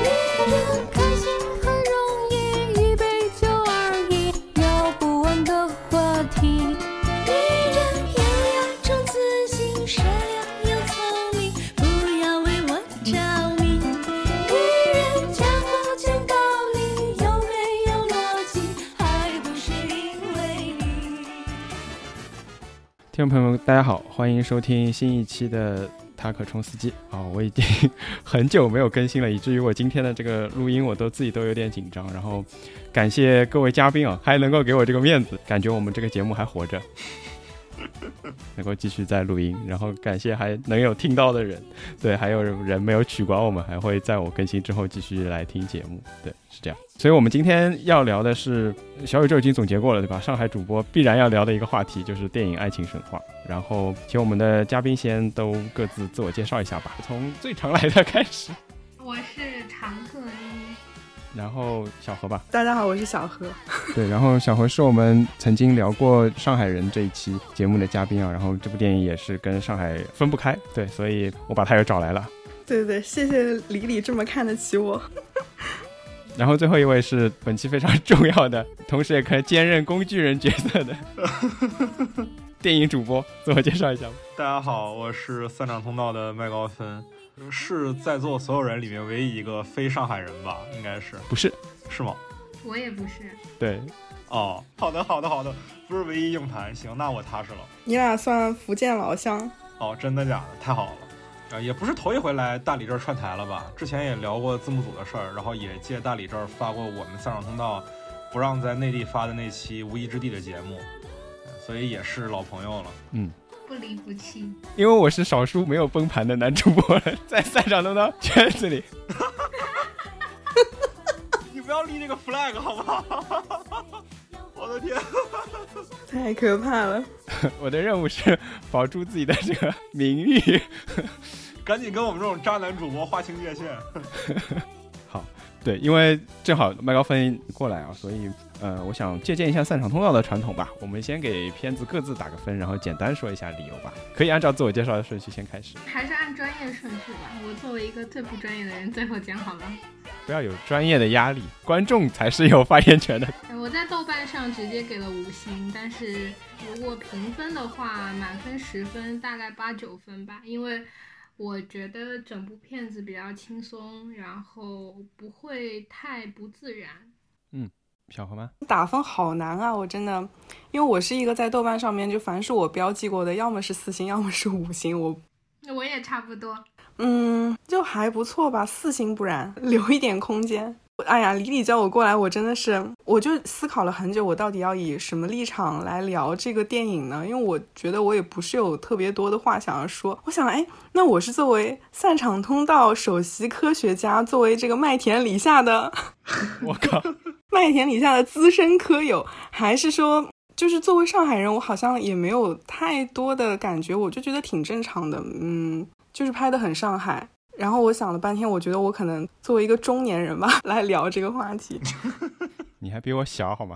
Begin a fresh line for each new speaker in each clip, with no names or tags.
开心很容易，一杯酒而已，聊不完的话题。女人要有种自信，善良又聪明，不要为我着迷。女人讲话讲道理，有没有逻辑，还不是因为你。
听众朋友们大家好，欢迎收听新一期的塔可冲司机我已经很久没有更新了，以至于我今天的这个录音我自己都有点紧张，然后感谢各位嘉宾还能够给我这个面子，感觉我们这个节目还活着能够继续再录音，然后感谢还能有听到的人，对，还有人没有取关我们，还会在我更新之后继续来听节目，对，是这样。所以我们今天要聊的是小宇宙已经总结过了，对吧？上海主播必然要聊的一个话题就是电影爱情神话，然后请我们的嘉宾先都各自自我介绍一下吧，从最常来的开始。
我是常客一，
然后小何吧。
大家好，我是小何。
对，然后小何是我们曾经聊过上海人这一期节目的嘉宾然后这部电影也是跟上海分不开，对，所以我把他也找来了。
对对，谢谢李李这么看得起我。
然后最后一位是本期非常重要的，同时也可以兼任工具人角色的电影主播，自我介绍一下吧。
大家好，我是散场通道的麦高芬，是在座所有人里面唯一一个非上海人吧？应该是。
不是？
是吗？
我也不是。
对。哦，好的，不是唯一硬盘，行，那我踏实了。
你俩算福建老乡？
哦，真的假的？太好了。也不是头一回来大理这儿串台了吧？之前也聊过字幕组的事儿，然后也借大理这儿发过我们散场通道不让在内地发的那期无依之地的节目，所以也是老朋友了。
不离不弃。
因为我是少数没有崩盘的男主播了，在散场通道圈子里。
你不要立这个 flag 好不好？我的天，
太可怕了。
我的任务是保住自己的这个名誉。
赶紧跟我们这种渣男主播划清界限。
好，对，因为正好麦高芬过来所以我想借鉴一下散场通道的传统吧，我们先给片子各自打个分，然后简单说一下理由吧，可以按照自我介绍的顺序先开始。
还是按专业顺序吧，我作为一个最不专业的人最后讲好了。
不要有专业的压力，观众才是有发言权的。
我在豆瓣上直接给了5星，但是如果评分的话，满分10分，大概8、9分吧，因为我觉得整部片子比较轻松，然后不会太不自然。
小何吗？
打分好难啊，我真的，因为我是一个在豆瓣上面就凡是我标记过的，要么是4星，要么是5星，
我也差不多。
就还不错吧，4星不然，留一点空间。哎呀，李李叫我过来，我真的是，我就思考了很久，我到底要以什么立场来聊这个电影呢？因为我觉得我也不是有特别多的话想要说。我想，那我是作为散场通道首席科学家，作为这个麦田里下的，
我靠，
麦田里下的资深科友，还是说，就是作为上海人，我好像也没有太多的感觉，我就觉得挺正常的，就是拍得很上海。然后我想了半天，我觉得我可能作为一个中年人吧，来聊这个话题。
你还比我小好吗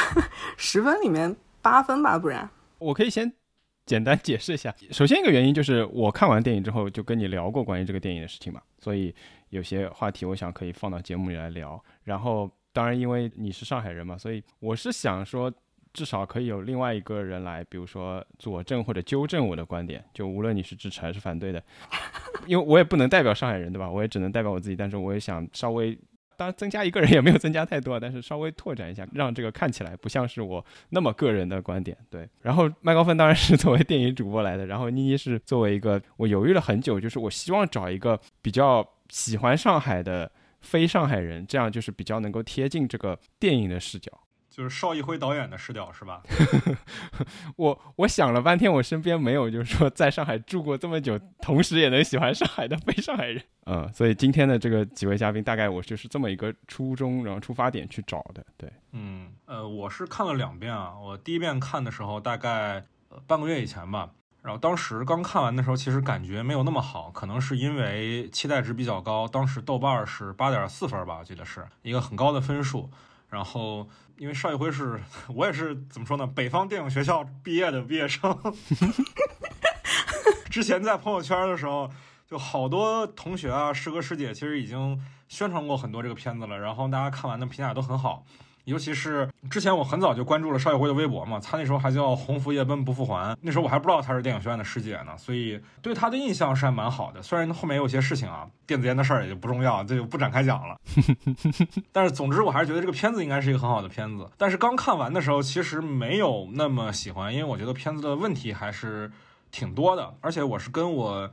？10分里面8分吧，不然。
我可以先简单解释一下。首先一个原因就是我看完电影之后就跟你聊过关于这个电影的事情嘛，所以有些话题我想可以放到节目里来聊。然后当然因为你是上海人嘛，所以我是想说至少可以有另外一个人来，比如说佐证或者纠正我的观点，就无论你是支持还是反对的。因为我也不能代表上海人，对吧？我也只能代表我自己，但是我也想稍微，当然增加一个人也没有增加太多，但是稍微拓展一下，让这个看起来不像是我那么个人的观点。对，然后麦高芬当然是作为电影主播来的，然后妮妮是作为一个，我犹豫了很久，就是我希望找一个比较喜欢上海的非上海人，这样就是比较能够贴近这个电影的视角。
就是邵艺辉导演的视角是吧？
我想了半天，我身边没有就是说在上海住过这么久，同时也能喜欢上海的非上海人。所以今天的这个几位嘉宾，大概我就是这么一个初衷，然后出发点去找的。对，
我是看了2遍啊。我第一遍看的时候大概半个月以前吧，然后当时刚看完的时候，其实感觉没有那么好，可能是因为期待值比较高，当时豆瓣是8.4分吧，我记得是一个很高的分数。然后因为邵艺辉我也是怎么说呢，北方电影学校毕业的毕业生之前在朋友圈的时候就好多同学啊、师哥师姐其实已经宣传过很多这个片子了，然后大家看完的评价都很好。尤其是之前我很早就关注了邵艺辉的微博嘛，他那时候还叫鸿福夜奔不复还，那时候我还不知道他是电影学院的师姐呢，所以对他的印象是还蛮好的。虽然后面有些事情啊，电子烟的事儿也就不重要，这就不展开讲了。但是总之我还是觉得这个片子应该是一个很好的片子。但是刚看完的时候其实没有那么喜欢，因为我觉得片子的问题还是挺多的，而且我是跟我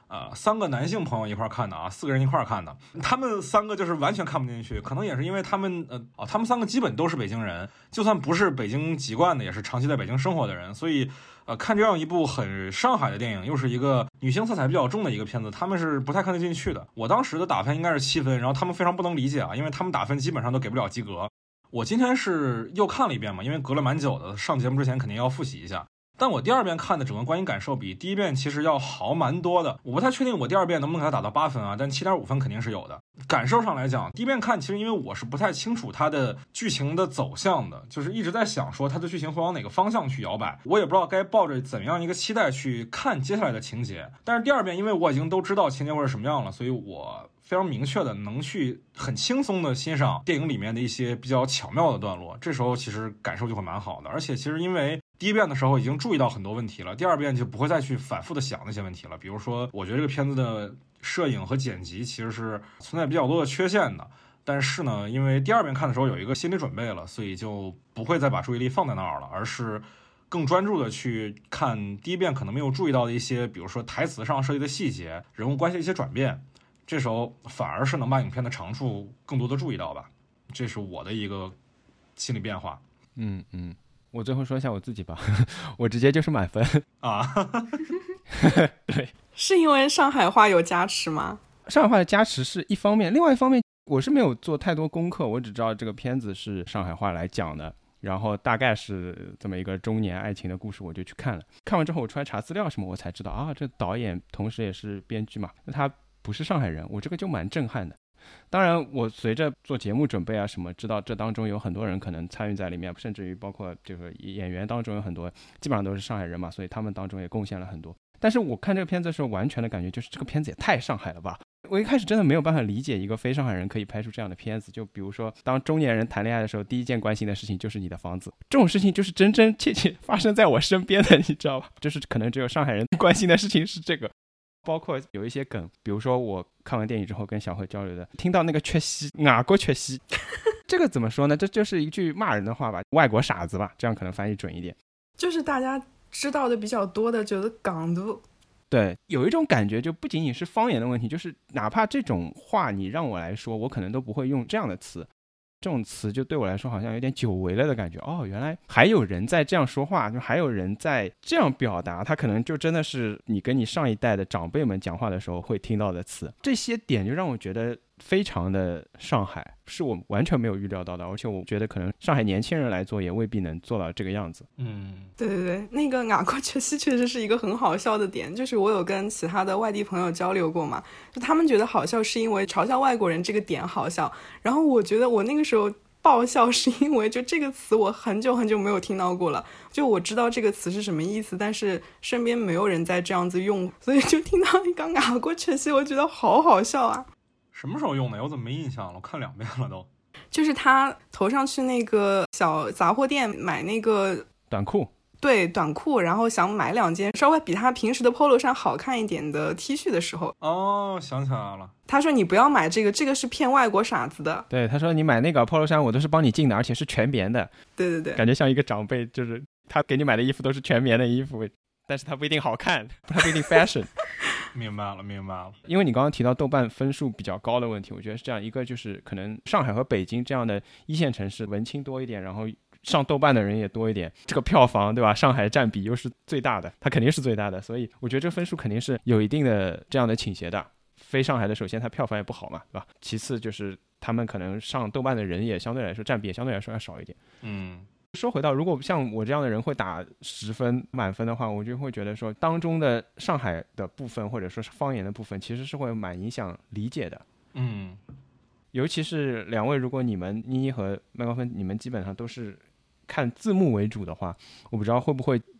3个男性朋友一块看的啊，4个人一块看的，他们3个就是完全看不进去，可能也是因为他们他们3个基本都是北京人，就算不是北京籍贯的，也是长期在北京生活的人，所以看这样一部很上海的电影，又是一个女性色彩比较重的一个片子，他们是不太看得进去的。我当时的打分应该是7分，然后他们非常不能理解啊，因为他们打分基本上都给不了及格。我今天是又看了一遍嘛，因为隔了蛮久的，上节目之前肯定要复习一下。但我第2遍看的整个观影感受比第1遍其实要好蛮多的，我不太确定我第2遍能不能给它打到8分啊，但7.5分肯定是有的。感受上来讲，第1遍看其实因为我是不太清楚它的剧情的走向的，就是一直在想说它的剧情会往哪个方向去摇摆，我也不知道该抱着怎样一个期待去看接下来的情节。但是第2遍因为我已经都知道情节会是什么样了，所以我非常明确的能去很轻松的欣赏电影里面的一些比较巧妙的段落，这时候其实感受就会蛮好的。而且其实因为第1遍的时候已经注意到很多问题了，第2遍就不会再去反复的想那些问题了。比如说我觉得这个片子的摄影和剪辑其实是存在比较多的缺陷的，但是呢因为第2遍看的时候有一个心理准备了，所以就不会再把注意力放在那儿了，而是更专注的去看第1遍可能没有注意到的一些，比如说台词上设计的细节，人物关系的一些转变，这时候反而是能把影片的长处更多的注意到吧，这是我的一个心理变化。
我最后说一下我自己吧，我直接就是满分
啊。
对，
是因为上海话有加持吗？
上海话的加持是一方面，另外一方面我是没有做太多功课，我只知道这个片子是上海话来讲的，然后大概是这么一个中年爱情的故事，我就去看了。看完之后我出来查资料什么，我才知道啊，这导演同时也是编剧嘛，那他不是上海人，我这个就蛮震撼的。当然我随着做节目准备啊什么，知道这当中有很多人可能参与在里面，甚至于包括这个演员当中有很多基本上都是上海人嘛，所以他们当中也贡献了很多。但是我看这个片子的时候完全的感觉就是这个片子也太上海了吧，我一开始真的没有办法理解一个非上海人可以拍出这样的片子。就比如说当中年人谈恋爱的时候，第一件关心的事情就是你的房子，这种事情就是真真切切发生在我身边的，你知道吧，就是可能只有上海人关心的事情是这个。包括有一些梗，比如说我看完电影之后跟小慧交流的，听到那个缺席外国缺席这个怎么说呢，这就是一句骂人的话吧，外国傻子吧，这样可能翻译准一点，
就是大家知道的比较多的觉得港独。
对，有一种感觉就不仅仅是方言的问题，就是哪怕这种话你让我来说，我可能都不会用这样的词，这种词就对我来说好像有点久违了的感觉。哦，原来还有人在这样说话，就还有人在这样表达，他可能就真的是你跟你上一代的长辈们讲话的时候会听到的词。这些点就让我觉得非常的上海，是我完全没有预料到的，而且我觉得可能上海年轻人来做也未必能做到这个样子。
对对对，那个外国缺席确实是一个很好笑的点，就是我有跟其他的外地朋友交流过嘛，就他们觉得好笑是因为嘲笑外国人这个点好笑，然后我觉得我那个时候爆笑是因为就这个词我很久很久没有听到过了，就我知道这个词是什么意思，但是身边没有人在这样子用，所以就听到一个外国缺席，我觉得好好笑啊。
什么时候用的？我怎么没印象了？我看2遍了都。
就是他头上去那个小杂货店买那个
短裤，
对，短裤，然后想买2件稍微比他平时的 polo 衫好看一点的 T 恤的时候，
哦，想起来了。
他说你不要买这个，这个是骗外国傻子的。
对，他说你买那个 polo 衫我都是帮你进的，而且是全棉的。
对对对，
感觉像一个长辈，就是他给你买的衣服都是全棉的衣服，但是它不一定好看，它不一定 fashion。
明白了明白了。
因为你刚刚提到豆瓣分数比较高的问题，我觉得是这样，一个就是可能上海和北京这样的一线城市文青多一点，然后上豆瓣的人也多一点，这个票房对吧，上海占比又是最大的，它肯定是最大的，所以我觉得这分数肯定是有一定的这样的倾斜的。非上海的首先它票房也不好嘛，对吧？其次就是他们可能上豆瓣的人也相对来说占比也相对来说要少一点。说回到如果像我这样的人会打10分满分的话，我就会觉得说当中的上海的部分或者说是方言的部分其实是会蛮影响理解的。尤其是2位，如果你们妮妮和麦高芬你们基本上都是看字幕为主的话，我不知道会不会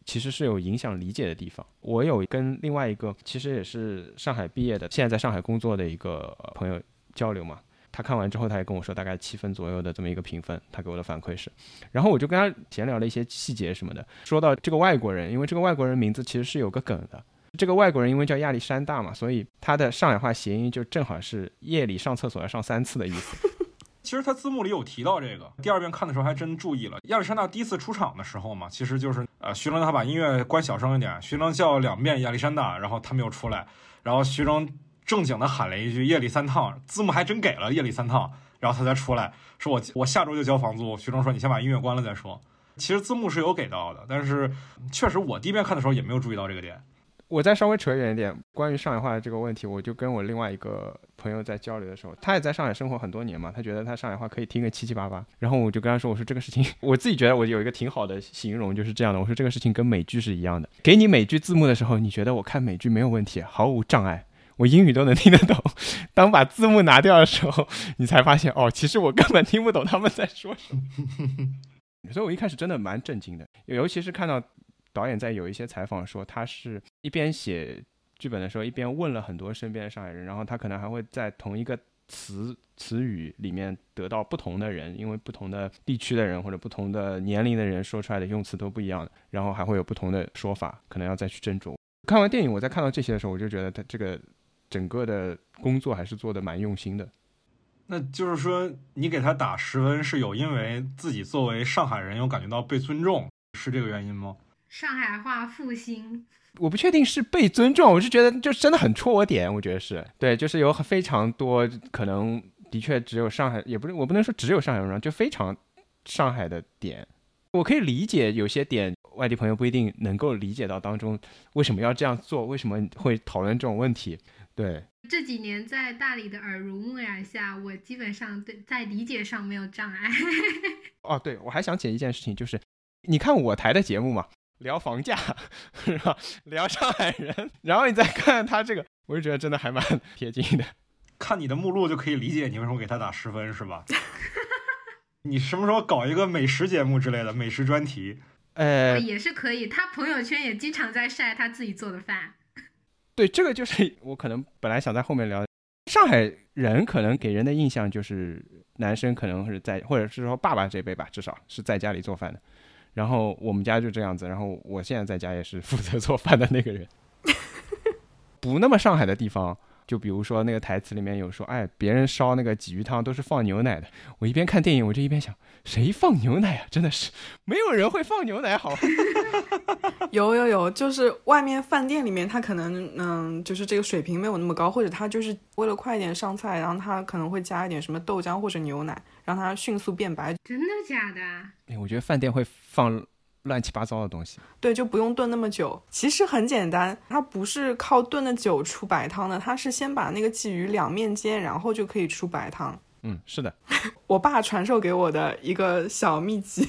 其实是有影响理解的地方。我有跟另外一个其实也是上海毕业的，现在在上海工作的一个朋友交流嘛，他看完之后他也跟我说大概7分左右的这么一个评分，他给我的反馈是，然后我就跟他闲聊了一些细节什么的。说到这个外国人，因为这个外国人名字其实是有个梗的，这个外国人因为叫亚历山大嘛，所以他的上海话谐音就正好是夜里上厕所要上3次的意思。
其实他字幕里有提到这个，第二遍看的时候还真注意了。亚历山大第一次出场的时候嘛，其实就是徐峥他把音乐关小声一点，徐峥叫2遍亚历山大，然后他没有出来，然后徐峥正经的喊了一句夜里3趟，字幕还真给了夜里3趟，然后他才出来说我下周就交房租。徐峥说你先把音乐关了再说。其实字幕是有给到的，但是确实我第一遍看的时候也没有注意到这个点。
我再稍微扯远一点，关于上海话的这个问题，我就跟我另外一个朋友在交流的时候，他也在上海生活很多年嘛，他觉得他上海话可以听个七七八八，然后我就跟他说，我说这个事情，我自己觉得我有一个挺好的形容，就是这样的，我说这个事情跟美剧是一样的，给你美剧字幕的时候，你觉得我看美剧没有问题，毫无障碍，我英语都能听得懂，当把字幕拿掉的时候，你才发现哦，其实我根本听不懂他们在说什么。所以我一开始真的蛮震惊的，尤其是看到导演在有一些采访说，他是一边写剧本的时候一边问了很多身边的上海人，然后他可能还会在同一个词语里面得到不同的人，因为不同的地区的人或者不同的年龄的人说出来的用词都不一样的，然后还会有不同的说法，可能要再去斟酌。看完电影我在看到这些的时候，我就觉得他这个整个的工作还是做得蛮用心的。
那就是说你给他打10分是有因为自己作为上海人有感觉到被尊重，是这个原因吗？
上海话复兴，
我不确定是被尊重，我是觉得就真的很戳我点，我觉得是对，就是有非常多可能的确只有上海，也不是我不能说只有上海人，就非常上海的点，我可以理解有些点外地朋友不一定能够理解到当中为什么要这样做，为什么会讨论这种问题。对，
这几年在大理的耳濡目染下，我基本上在理解上没有障碍。
哦，对，我还想起一件事情，就是你看我台的节目嘛，聊房价是吧，聊上海人，然后你再看他这个，我就觉得真的还蛮贴近的。
看你的目录就可以理解你为什么给他打10分，是吧？你什么时候搞一个美食节目之类的美食专题？
也是可以，他朋友圈也经常在晒他自己做的饭。
对，这个就是我可能本来想在后面聊，上海人可能给人的印象就是男生可能是在，或者是说爸爸这辈吧，至少是在家里做饭的。然后我们家就这样子，然后我现在在家也是负责做饭的那个人。不那么上海的地方，就比如说那个台词里面有说，哎，别人烧那个鲫鱼汤都是放牛奶的。我一边看电影，我就一边想，谁放牛奶啊？真的是没有人会放牛奶，好。
有，就是外面饭店里面，他可能就是这个水平没有那么高，或者他就是为了快一点上菜，然后他可能会加一点什么豆浆或者牛奶，让它迅速变白。
真的假的？
我觉得饭店会放乱七八糟的东西。对，
就不用炖那么久。其实很简单，它不是靠炖的久出白汤的，它是先把那个鲫鱼两面煎，然后就可以出白汤。
是的。
我爸传授给我的一个小秘籍。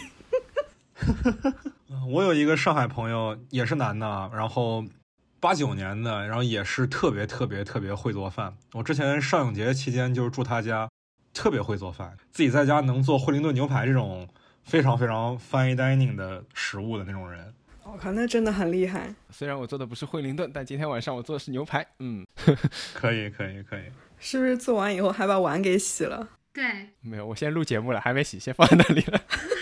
我有一个上海朋友也是男的，然后89年的，然后也是特别会做饭。我之前上影节期间就是住他家，特别会做饭，自己在家能做惠灵顿牛排这种非常 fine dining 的食物的那种人。
我靠，那真的很厉害。
虽然我做的不是惠灵顿，但今天晚上我做的是牛排。
可以。
是不是做完以后还把碗给洗了？
对，
没有，我先录节目了，还没洗，先放在那里了。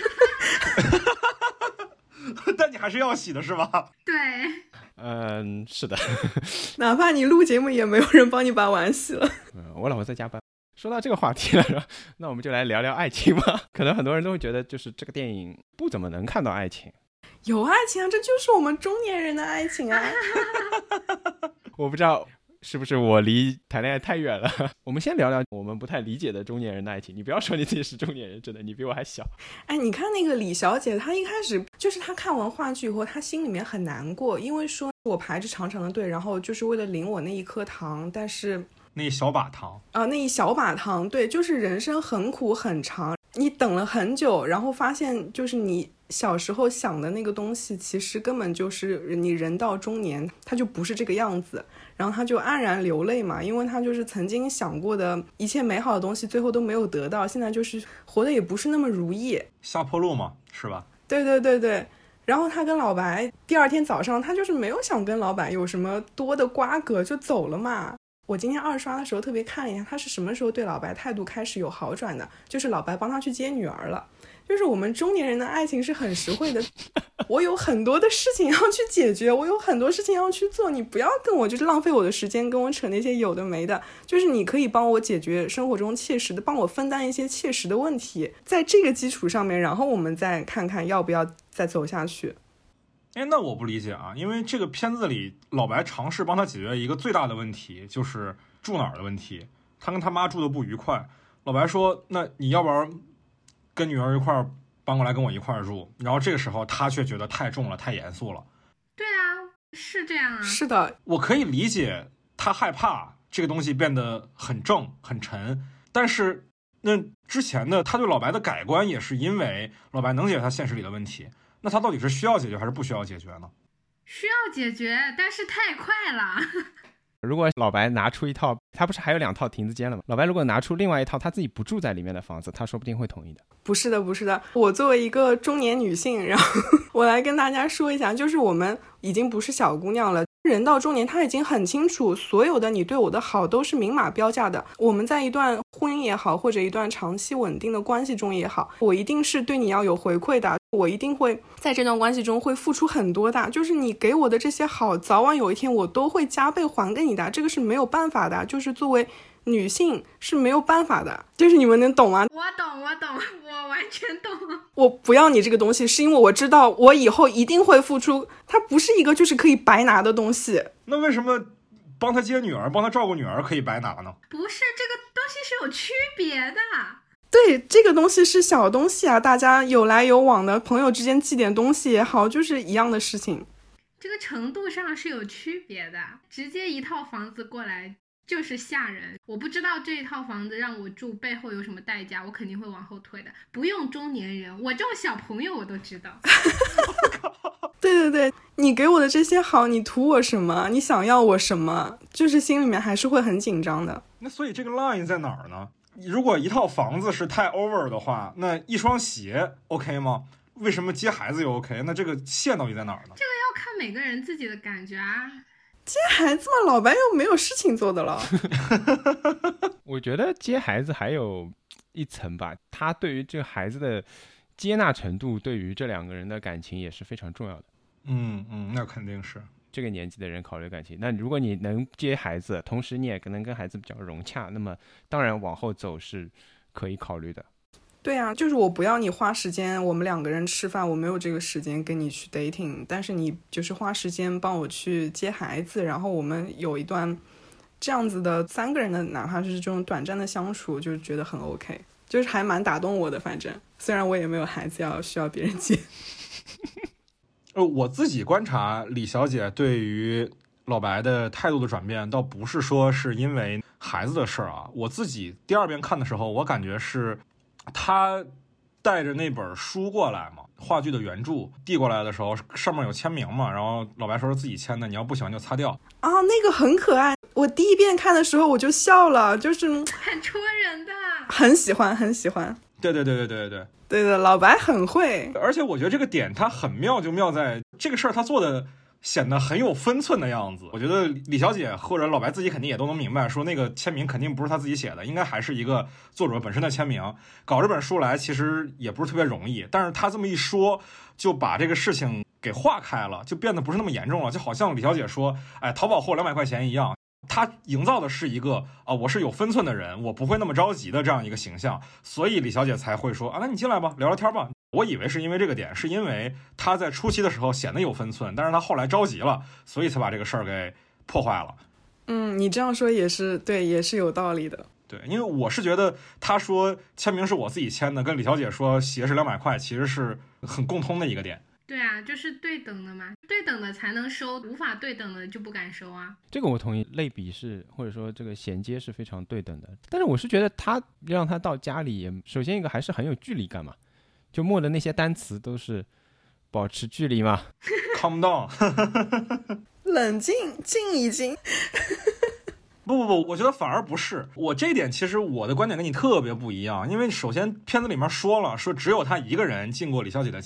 但你还是要洗的是吧？
对，
是的。
哪怕你录节目也没有人帮你把碗洗了。
我老婆在加班。说到这个话题了，那我们就来聊聊爱情吧。可能很多人都会觉得就是这个电影不怎么能看到爱情。
有爱情啊，这就是我们中年人的爱情啊。
我不知道是不是我离谈恋爱太远了。我们先聊聊我们不太理解的中年人的爱情。你不要说你自己是中年人，真的，你比我还小。
哎，你看那个李小姐，她一开始就是她看完话剧以后，她心里面很难过，因为说我排着长长的队，然后就是为了领我那一颗糖，但是
那一小把糖
啊，那一小把糖，对，就是人生很苦很长，你等了很久，然后发现就是你小时候想的那个东西，其实根本就是你人到中年，它就不是这个样子，然后他就黯然流泪嘛，因为他就是曾经想过的一切美好的东西，最后都没有得到，现在就是活得也不是那么如意，
下坡路嘛，是吧？
对。 然后他跟老白第二天早上他就是没有想跟老白有什么多的瓜葛就走了嘛。我今天二刷的时候特别看了一下他是什么时候对老白态度开始有好转的，就是老白帮他去接女儿了。就是我们中年人的爱情是很实惠的，我有很多的事情要去解决，我有很多事情要去做，你不要跟我就是浪费我的时间跟我扯那些有的没的，就是你可以帮我解决生活中切实的，帮我分担一些切实的问题，在这个基础上面，然后我们再看看要不要再走下去。
那我不理解啊，因为这个片子里老白尝试帮他解决一个最大的问题，就是住哪儿的问题。他跟他妈住的不愉快，老白说那你要不然跟女儿一块儿搬过来跟我一块儿住，然后这个时候他却觉得太重了，太严肃了。
对啊，是这样啊。
是的，
我可以理解他害怕这个东西变得很正很沉，但是那之前的他对老白的改观也是因为老白能解决他现实里的问题，那他到底是需要解决还是不需要解决呢？
需要解决，但是太快了。
如果老白拿出一套，他不是还有2套亭子间了吗？老白如果拿出另外一套他自己不住在里面的房子，他说不定会同意的。
不是的，不是的，我作为一个中年女性，然后我来跟大家说一下，就是我们已经不是小姑娘了，人到中年他已经很清楚所有的你对我的好都是明码标价的。我们在一段婚姻也好，或者一段长期稳定的关系中也好，我一定是对你要有回馈的，我一定会在这段关系中会付出很多的，就是你给我的这些好，早晚有一天我都会加倍还给你的，这个是没有办法的，就是作为女性是没有办法的，就是你们能懂吗？
我懂，我完全懂。
我不要你这个东西是因为我知道我以后一定会付出，它不是一个就是可以白拿的东西。
那为什么帮他接女儿帮他照顾女儿可以白拿呢？
不是，这个东西是有区别的。
对，这个东西是小东西啊，大家有来有往的朋友之间寄点东西也好，就是一样的事情。
这个程度上是有区别的，直接一套房子过来就是吓人。我不知道这一套房子让我住背后有什么代价，我肯定会往后退的。不用中年人，我这种小朋友我都知道。
对对对，你给我的这些好，你图我什么？你想要我什么？就是心里面还是会很紧张的。
那所以这个 line 在哪儿呢？如果一套房子是太 over 的话，那一双鞋 OK 吗？为什么接孩子又 OK？ 那这个线到底在哪儿呢？
这个要看每个人自己的感觉啊。
接孩子嘛，老白又没有事情做的了。
我觉得接孩子还有一层吧，他对于这个孩子的接纳程度，对于这2个人的感情也是非常重要的。
那肯定是
这个年纪的人考虑感情，那如果你能接孩子，同时你也能跟孩子比较融洽，那么当然往后走是可以考虑的。
对啊，就是我不要你花时间，我们2个人吃饭，我没有这个时间跟你去 dating， 但是你就是花时间帮我去接孩子，然后我们有一段这样子的3个人的，哪怕是这种短暂的相处，就觉得很 OK， 就是还蛮打动我的。反正虽然我也没有孩子需要别人接。
我自己观察李小姐对于老白的态度的转变，倒不是说是因为孩子的事儿啊。我自己第2遍看的时候，我感觉是他带着那本书过来嘛，话剧的原著递过来的时候，上面有签名嘛，然后老白说是自己签的，你要不喜欢就擦掉
啊，那个很可爱。我第1遍看的时候我就笑了，就是
很戳人的，
很喜欢，很喜欢。
对
的，老白很会。
而且我觉得这个点他很妙，就妙在这个事儿他做的显得很有分寸的样子。我觉得李小姐或者老白自己肯定也都能明白，说那个签名肯定不是他自己写的，应该还是一个作者本身的签名。搞这本书来其实也不是特别容易，但是他这么一说，就把这个事情给化开了，就变得不是那么严重了。就好像李小姐说，淘宝货200块钱一样。他营造的是一个我是有分寸的人，我不会那么着急的这样一个形象，所以李小姐才会说那你进来吧，聊聊天吧。我以为是因为这个点，是因为他在初期的时候显得有分寸，但是他后来着急了，所以才把这个事儿给破坏了。
你这样说也是对，也是有道理的。
对，因为我是觉得他说签名是我自己签的，跟李小姐说鞋是200块，其实是很共通的一个点。
对啊，就是对等的嘛，对等的才能收，无法对等的就不敢收啊。
这个我同意，类比是或者说这个衔接是非常对等的。但是我是觉得他让他到家里也，首先一个还是很有距离感嘛，就默的那些单词都是保持距离嘛。
Calm down
冷静，静一静。
不，我觉得反而不是。我这一点其实我的观点跟你特别不一样，因为首先片子里面说了，说只有他一个人进过李小姐的家，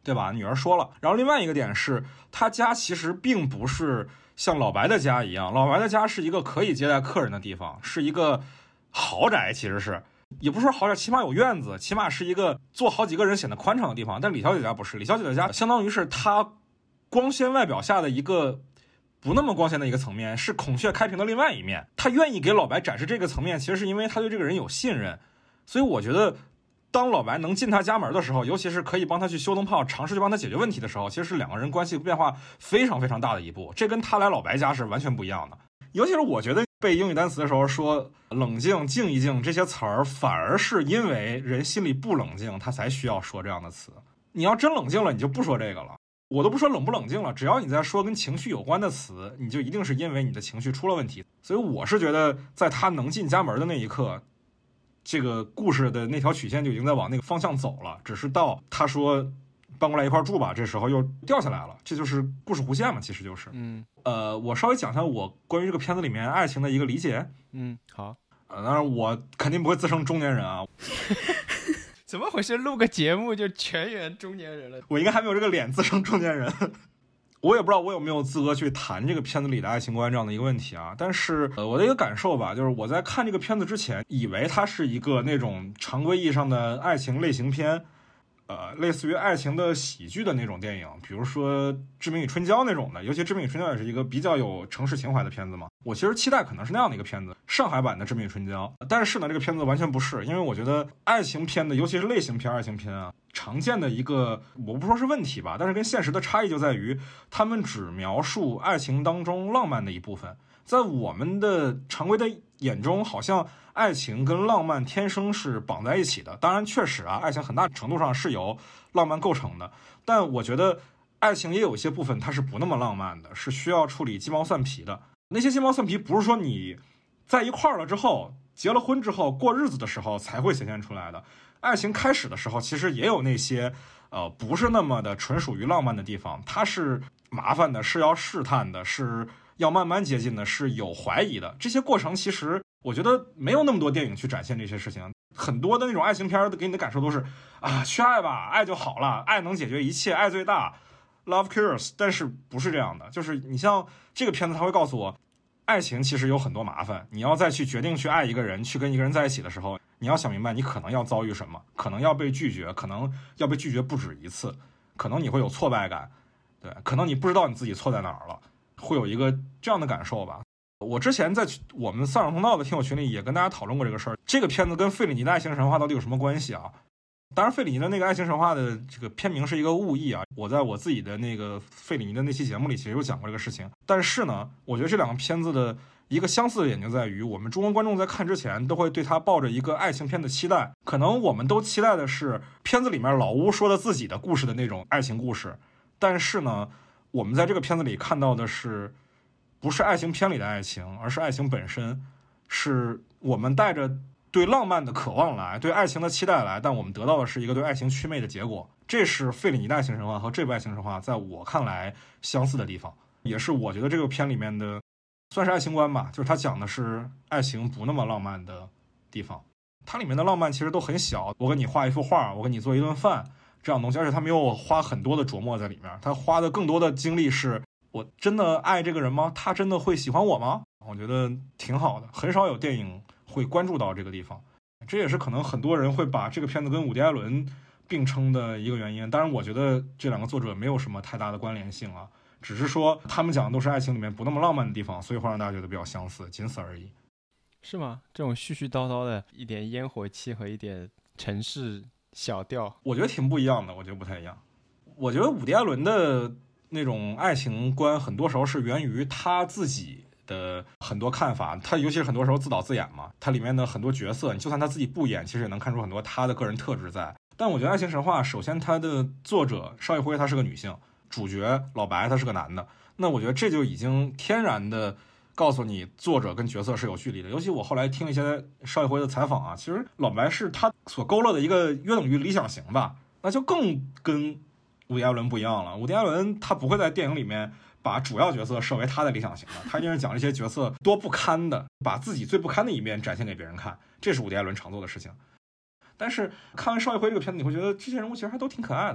对吧？女儿说了。然后另外一个点是，他家其实并不是像老白的家一样，老白的家是一个可以接待客人的地方，是一个豪宅，其实是也不是说豪宅，起码有院子，起码是一个坐好几个人显得宽敞的地方。但李小姐家不是，李小姐的家相当于是她光鲜外表下的一个不那么光鲜的一个层面，是孔雀开屏的另外一面。她愿意给老白展示这个层面，其实是因为她对这个人有信任。所以我觉得当老白能进他家门的时候，尤其是可以帮他去修灯泡，尝试去帮他解决问题的时候，其实是两个人关系变化非常非常大的一步。这跟他来老白家是完全不一样的。尤其是我觉得背英语单词的时候说冷静、静一静这些词儿，反而是因为人心里不冷静，他才需要说这样的词。你要真冷静了，你就不说这个了。我都不说冷不冷静了，只要你在说跟情绪有关的词，你就一定是因为你的情绪出了问题。所以我是觉得在他能进家门的那一刻，这个故事的那条曲线就已经在往那个方向走了，只是到他说搬过来一块住吧，这时候又掉下来了，这就是故事弧线嘛，其实就是。我稍微讲一下我关于这个片子里面爱情的一个理解。
好。
当然我肯定不会自称中年人啊。
怎么回事？录个节目就全员中年人了？
我应该还没有这个脸自称中年人。我也不知道我有没有资格去谈这个片子里的爱情观这样的一个问题啊，但是我的一个感受吧，就是我在看这个片子之前，以为它是一个那种常规意义上的爱情类型片，类似于爱情的喜剧的那种电影，比如说《志明与春娇》那种的，尤其《志明与春娇》也是一个比较有城市情怀的片子嘛。我其实期待可能是那样的一个片子，上海版的《志明与春娇》，但是呢，这个片子完全不是，因为我觉得爱情片的，尤其是类型片、爱情片啊，常见的一个，我不说是问题吧，但是跟现实的差异就在于，他们只描述爱情当中浪漫的一部分。在我们的常规的眼中，好像爱情跟浪漫天生是绑在一起的。当然，确实啊，爱情很大程度上是由浪漫构成的。但我觉得，爱情也有一些部分它是不那么浪漫的，是需要处理鸡毛蒜皮的。那些鸡毛蒜皮不是说你在一块儿了之后，结了婚之后过日子的时候才会显现出来的。爱情开始的时候，其实也有那些不是那么的纯属于浪漫的地方，它是麻烦的，是要试探的，是要慢慢接近的，是有怀疑的。这些过程其实我觉得没有那么多电影去展现这些事情。很多的那种爱情片给你的感受都是啊，去爱吧，爱就好了，爱能解决一切，爱最大 ，Love cures。但是不是这样的，就是你像这个片子，它会告诉我，爱情其实有很多麻烦。你要再去决定去爱一个人，去跟一个人在一起的时候，你要想明白，你可能要遭遇什么，可能要被拒绝，可能要被拒绝不止一次，可能你会有挫败感，对，可能你不知道你自己错在哪儿了，会有一个这样的感受吧。我之前在我们散场通道的听友群里也跟大家讨论过这个事儿。这个片子跟费里尼的爱情神话到底有什么关系啊？当然，费里尼的那个爱情神话的这个片名是一个误译啊。我在我自己的那个费里尼的那期节目里其实有讲过这个事情。但是呢，我觉得这两个片子的一个相似的点就在于，我们中国观众在看之前都会对他抱着一个爱情片的期待，可能我们都期待的是片子里面老吴说的自己的故事的那种爱情故事。但是呢，我们在这个片子里看到的是不是爱情片里的爱情，而是爱情本身，是我们带着对浪漫的渴望来，对爱情的期待来，但我们得到的是一个对爱情祛魅的结果。这是费里尼的爱情神话和这部爱情神话在我看来相似的地方，也是我觉得这个片里面的算是爱情观吧，就是它讲的是爱情不那么浪漫的地方。它里面的浪漫其实都很小，我给你画一幅画，我给你做一顿饭这样东西，而且它没有花很多的琢磨在里面，它花的更多的精力是我真的爱这个人吗？他真的会喜欢我吗？我觉得挺好的，很少有电影会关注到这个地方，这也是可能很多人会把这个片子跟伍迪·艾伦并称的一个原因。当然，我觉得这两个作者没有什么太大的关联性啊，只是说他们讲的都是爱情里面不那么浪漫的地方，所以会让大家觉得比较相似，仅此而已。
是吗？这种絮絮叨叨的一点烟火气和一点城市小调，
我觉得挺不一样的，我觉得不太一样。我觉得伍迪·艾伦的那种爱情观很多时候是源于他自己的很多看法，他尤其是很多时候自导自演嘛，他里面的很多角色，就算他自己不演，其实也能看出很多他的个人特质在。但我觉得爱情神话，首先他的作者邵艺辉她是个女性，主角老白他是个男的，那我觉得这就已经天然的告诉你作者跟角色是有距离的。尤其我后来听一些邵艺辉的采访啊，其实老白是他所勾勒的一个约等于理想型吧，那就更跟伍迪·艾伦不一样了。伍迪·艾伦他不会在电影里面把主要角色设为他的理想型的，他一定是讲这些角色多不堪的，把自己最不堪的一面展现给别人看，这是伍迪·艾伦常做的事情。但是看完邵艺辉这个片子，你会觉得这些人物其实还都挺可爱的，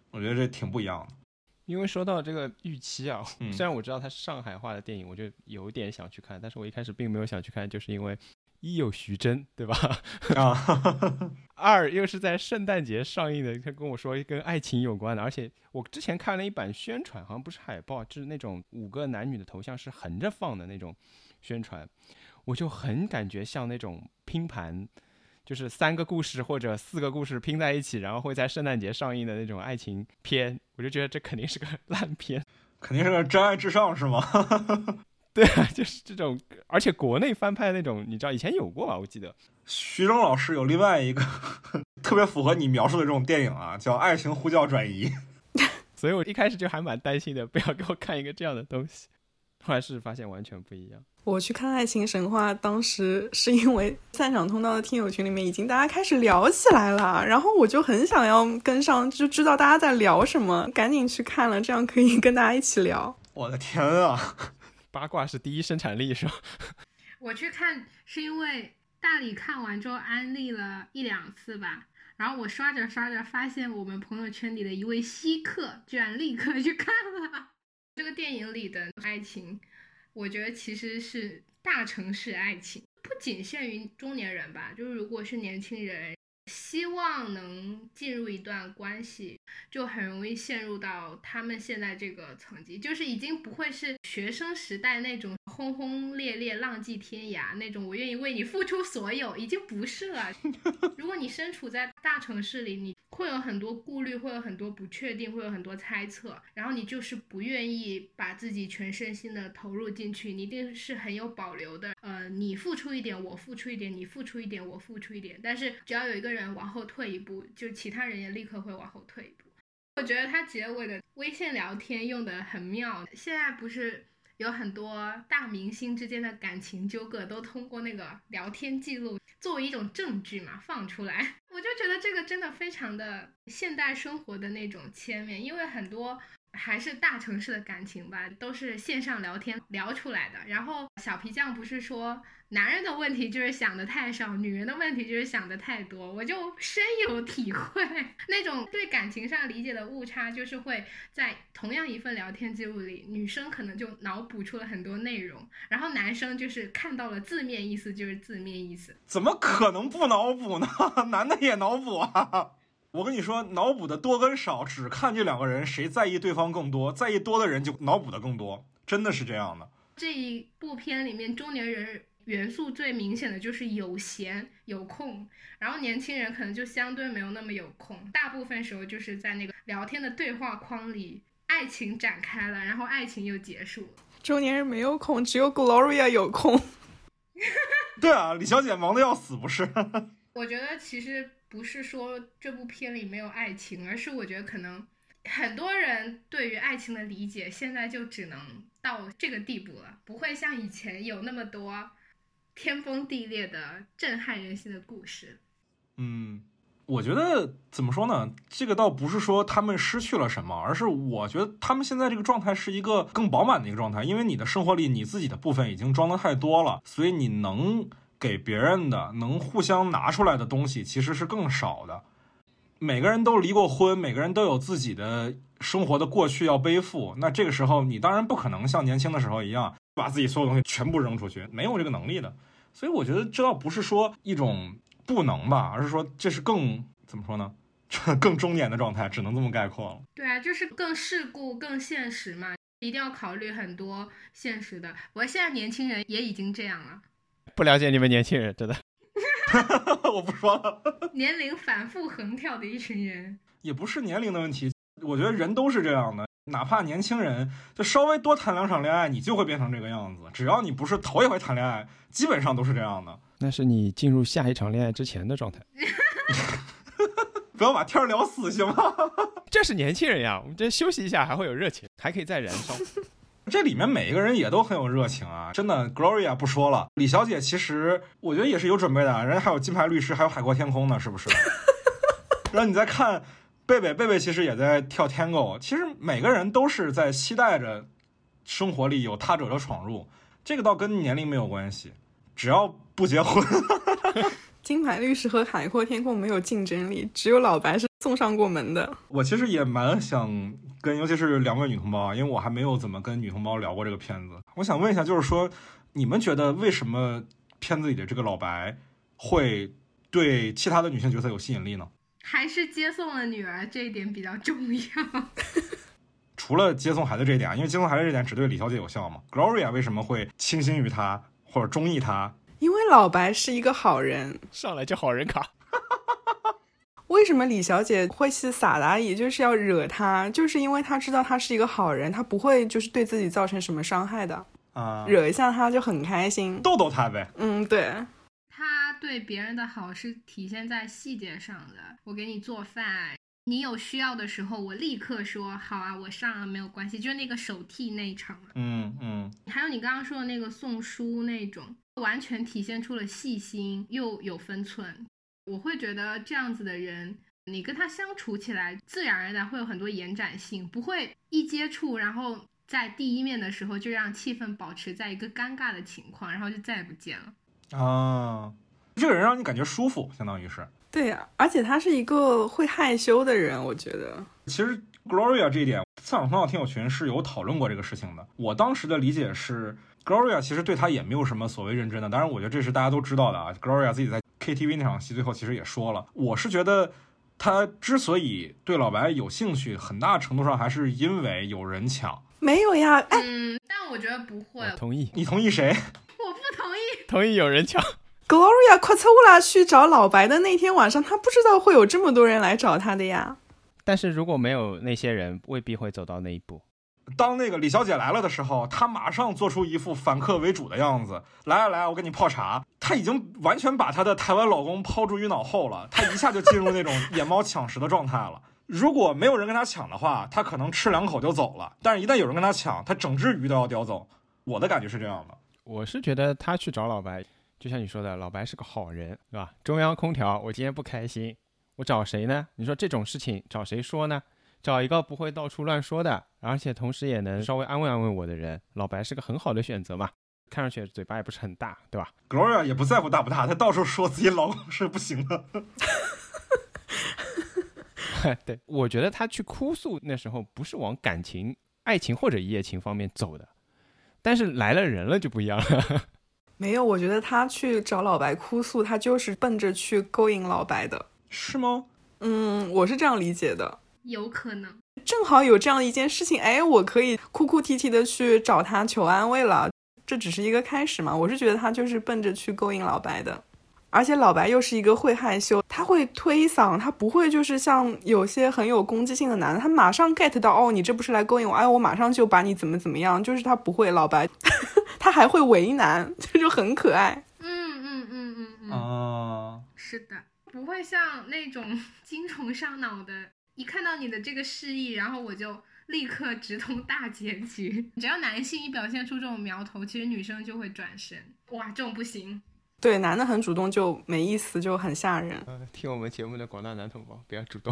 我觉得这挺不一样的。
因为说到这个预期啊，
嗯
虽然我知道它是上海话的电影，我就有点想去看，但是我一开始并没有想去看，就是因为一有徐峥，对吧？
啊，
二又是在圣诞节上映的，他跟我说跟爱情有关的，而且我之前看了一版宣传，好像不是海报，就是那种5个男女的头像是横着放的那种宣传，我就很感觉像那种拼盘，就是3个故事或者4个故事拼在一起，然后会在圣诞节上映的那种爱情片，我就觉得这肯定是个烂片。
肯定是个真爱至上是吗？
对啊，就是这种，而且国内翻拍的那种，你知道以前有过吧？我记得
徐峥老师有另外一个特别符合你描述的这种电影啊，叫《爱情呼叫转移》。
所以我一开始就还蛮担心的，不要给我看一个这样的东西。后来是发现完全不一样。
我去看《爱情神话》，当时是因为散场通道的听友群里面已经大家开始聊起来了，然后我就很想要跟上，就知道大家在聊什么，赶紧去看了，这样可以跟大家一起聊。
我的天啊！
八卦是第一生产力是吧？
我去看是因为大理看完之后安利了1-2次吧，然后我刷着刷着发现我们朋友圈里的一位稀客居然立刻去看了。这个电影里的爱情，我觉得其实是大城市爱情，不仅限于中年人吧，就是如果是年轻人希望能进入一段关系，就很容易陷入到他们现在这个层级，就是已经不会是学生时代那种轰轰烈烈浪迹天涯那种我愿意为你付出所有，已经不是了。如果你身处在大城市里，你会有很多顾虑，会有很多不确定，会有很多猜测，然后你就是不愿意把自己全身心的投入进去，你一定是很有保留的，你付出一点我付出一点，你付出一点我付出一点，但是只要有一个人往后退一步，就其他人也立刻会往后退一步。我觉得他结尾的微信聊天用得很妙，现在不是有很多大明星之间的感情纠葛都通过那个聊天记录作为一种证据嘛放出来，我就觉得这个真的非常的现代生活的那种切面，因为很多还是大城市的感情吧，都是线上聊天聊出来的。然后小皮匠不是说男人的问题就是想的太少，女人的问题就是想的太多，我就深有体会。那种对感情上理解的误差，就是会在同样一份聊天记录里，女生可能就脑补出了很多内容，然后男生就是看到了字面意思就是字面意思。
怎么可能不脑补呢？男的也脑补啊！我跟你说，脑补的多跟少只看这2个人谁在意对方更多，在意多的人就脑补的更多，真的是这样的。
这一部片里面中年人元素最明显的就是有闲有空，然后年轻人可能就相对没有那么有空，大部分时候就是在那个聊天的对话框里，爱情展开了，然后爱情又结束了。
中年人没有空，只有 Gloria 有空。
对啊，李小姐忙得要死不是？
我觉得其实不是说这部片里没有爱情，而是我觉得可能很多人对于爱情的理解现在就只能到这个地步了，不会像以前有那么多天崩地裂的震撼人心的故事。
我觉得怎么说呢，这个倒不是说他们失去了什么，而是我觉得他们现在这个状态是一个更饱满的一个状态，因为你的生活里你自己的部分已经装得太多了，所以你能给别人的能互相拿出来的东西其实是更少的。每个人都离过婚，每个人都有自己的生活的过去要背负，那这个时候你当然不可能像年轻的时候一样把自己所有东西全部扔出去，没有这个能力的。所以我觉得这倒不是说一种不能吧，而是说这是更怎么说呢，更中年的状态，只能这么概括了。
对啊，就是更世故更现实嘛，一定要考虑很多现实的。我现在年轻人也已经这样了，
不了解你们年轻人，真的。
我不说了。
年龄反复横跳的一群人。
也不是年龄的问题，我觉得人都是这样的，哪怕年轻人就稍微多谈2场恋爱，你就会变成这个样子。只要你不是头一回谈恋爱，基本上都是这样的。
那是你进入下一场恋爱之前的状态。
不要把天聊死行吗？
这是年轻人呀，我们这休息一下还会有热情，还可以再燃烧。
这里面每一个人也都很有热情啊，真的。Gloria 不说了，李小姐其实我觉得也是有准备的，人家还有金牌律师，还有海阔天空呢，是不是？然后你再看贝贝其实也在跳 Tango， 其实每个人都是在期待着生活里有他者的闯入，这个倒跟年龄没有关系，只要不结婚。
金牌律师和海阔天空没有竞争力，只有老白是送上过门的。
我其实也蛮想跟，尤其是两位女同胞啊，因为我还没有怎么跟女同胞聊过这个片子。我想问一下，就是说，你们觉得为什么片子里的这个老白会对其他的女性角色有吸引力呢？
还是接送了女儿这一点比较重要。
除了接送孩子这一点，因为接送孩子这一点只对李小姐有效嘛。Gloria 为什么会倾心于他或者中意他？
因为老白是一个好人，
上来就好人卡。
为什么李小姐会是撒拉伊，就是要惹他，就是因为他知道他是一个好人，他不会就是对自己造成什么伤害的啊，惹一下他就很开心，
逗逗他呗。
对。
他对别人的好是体现在细节上的，我给你做饭，你有需要的时候我立刻说好啊，我上了没有关系，就是那个手替那一场。还有你刚刚说的那个送书那种，完全体现出了细心又有分寸。我会觉得这样子的人，你跟他相处起来自然而然会有很多延展性，不会一接触然后在第一面的时候就让气氛保持在一个尴尬的情况，然后就再也不见了啊。
这个人让你感觉舒服，相当于是。
对呀，而且他是一个会害羞的人，我觉得。
其实 Gloria 这一点，赛场头脑听友群是有讨论过这个事情的。我当时的理解是 ，Gloria 其实对他也没有什么所谓认真的。当然，我觉得这是大家都知道的啊。Gloria 自己在 KTV 那场戏最后其实也说了，我是觉得他之所以对老白有兴趣，很大程度上还是因为有人抢。
没有呀，
但我觉得不会。
我同意。
你同意谁？
我不同意。
同意有人抢。
Gloria 快凑了去找老白的那天晚上，他不知道会有这么多人来找他的呀。
但是如果没有那些人，未必会走到那一步。
当那个李小姐来了的时候，她马上做出一副反客为主的样子，来，我给你泡茶。她已经完全把她的台湾老公抛诸于脑后了，她一下就进入那种野猫抢食的状态了。如果没有人跟她抢的话，她可能吃2口就走了，但是一旦有人跟她抢，她整只鱼都要叼走。我的感觉是这样的。
我是觉得她去找老白，就像你说的，老白是个好人，对吧？中央空调，我今天不开心，我找谁呢？你说这种事情找谁说呢？找一个不会到处乱说的，而且同时也能稍微安慰安慰我的人，老白是个很好的选择嘛。看上去嘴巴也不是很大，对吧？
Gloria 也不在乎大不大，她到处说自己老公是不行的。
对，我觉得他去哭诉那时候不是往感情、爱情或者一夜情方面走的，但是来了人了就不一样了。
没有，我觉得他去找老白哭诉，他就是奔着去勾引老白的。
是吗？
我是这样理解的。
有可能
正好有这样一件事情，我可以哭哭啼啼的去找他求安慰了，这只是一个开始嘛。我是觉得他就是奔着去勾引老白的，而且老白又是一个会害羞，他会推搡，他不会就是像有些很有攻击性的男的，他马上 get 到你这不是来勾引我，我马上就把你怎么怎么样，就是他不会。老白他还会为难，这就很可爱。
是的，不会像那种精虫上脑的，一看到你的这个示意，然后我就立刻直通大结局。只要男性一表现出这种苗头，其实女生就会转身。哇，这种不行。
对，男的很主动就没意思，就很吓人。
听我们节目的广大男同胞，不要主动。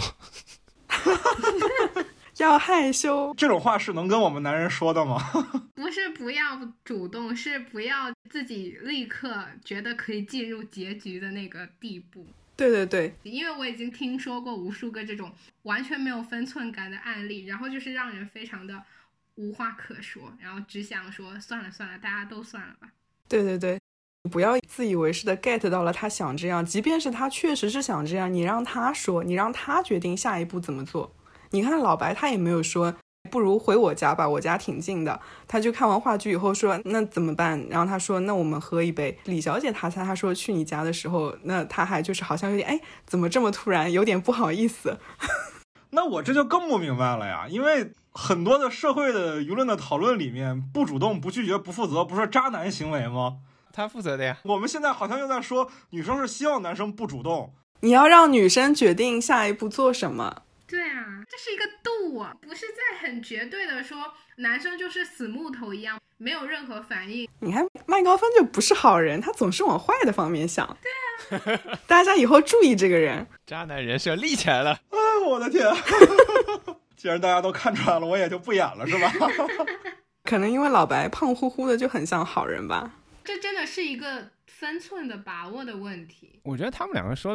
要害羞，
这种话是能跟我们男人说的吗？
不是不要主动，是不要自己立刻觉得可以进入结局的那个地步。
对对对，
因为我已经听说过无数个这种完全没有分寸感的案例，然后就是让人非常的无话可说，然后只想说算了算了，大家都算了吧。
对对对，不要自以为是的 get 到了他想这样，即便是他确实是想这样，你让他说，你让他决定下一步怎么做。你看老白他也没有说不如回我家吧，我家挺近的，他就看完话剧以后说那怎么办，然后他说那我们喝一杯。李小姐他说去你家的时候，那他还就是好像有点怎么这么突然，有点不好意思。
那我这就更不明白了呀，因为很多的社会的舆论的讨论里面，不主动、不拒绝、不负责，不是渣男行为吗？
他负责的呀。我
们现在好像又在说女生是希望男生不主动，
你要让女生决定下一步做什么。
对啊，这是一个度啊，不是在很绝对的说男生就是死木头一样没有任何反应。
你看麦高芬就不是好人，他总是往坏的方面想。
对啊，
大家以后注意这个人。
渣男人设立起来了。
我的天。既然大家都看出来了，我也就不演了是吧？
可能因为老白胖乎乎的就很像好人吧。
这真的是一个分寸的把握的问题。
我觉得他们两个说的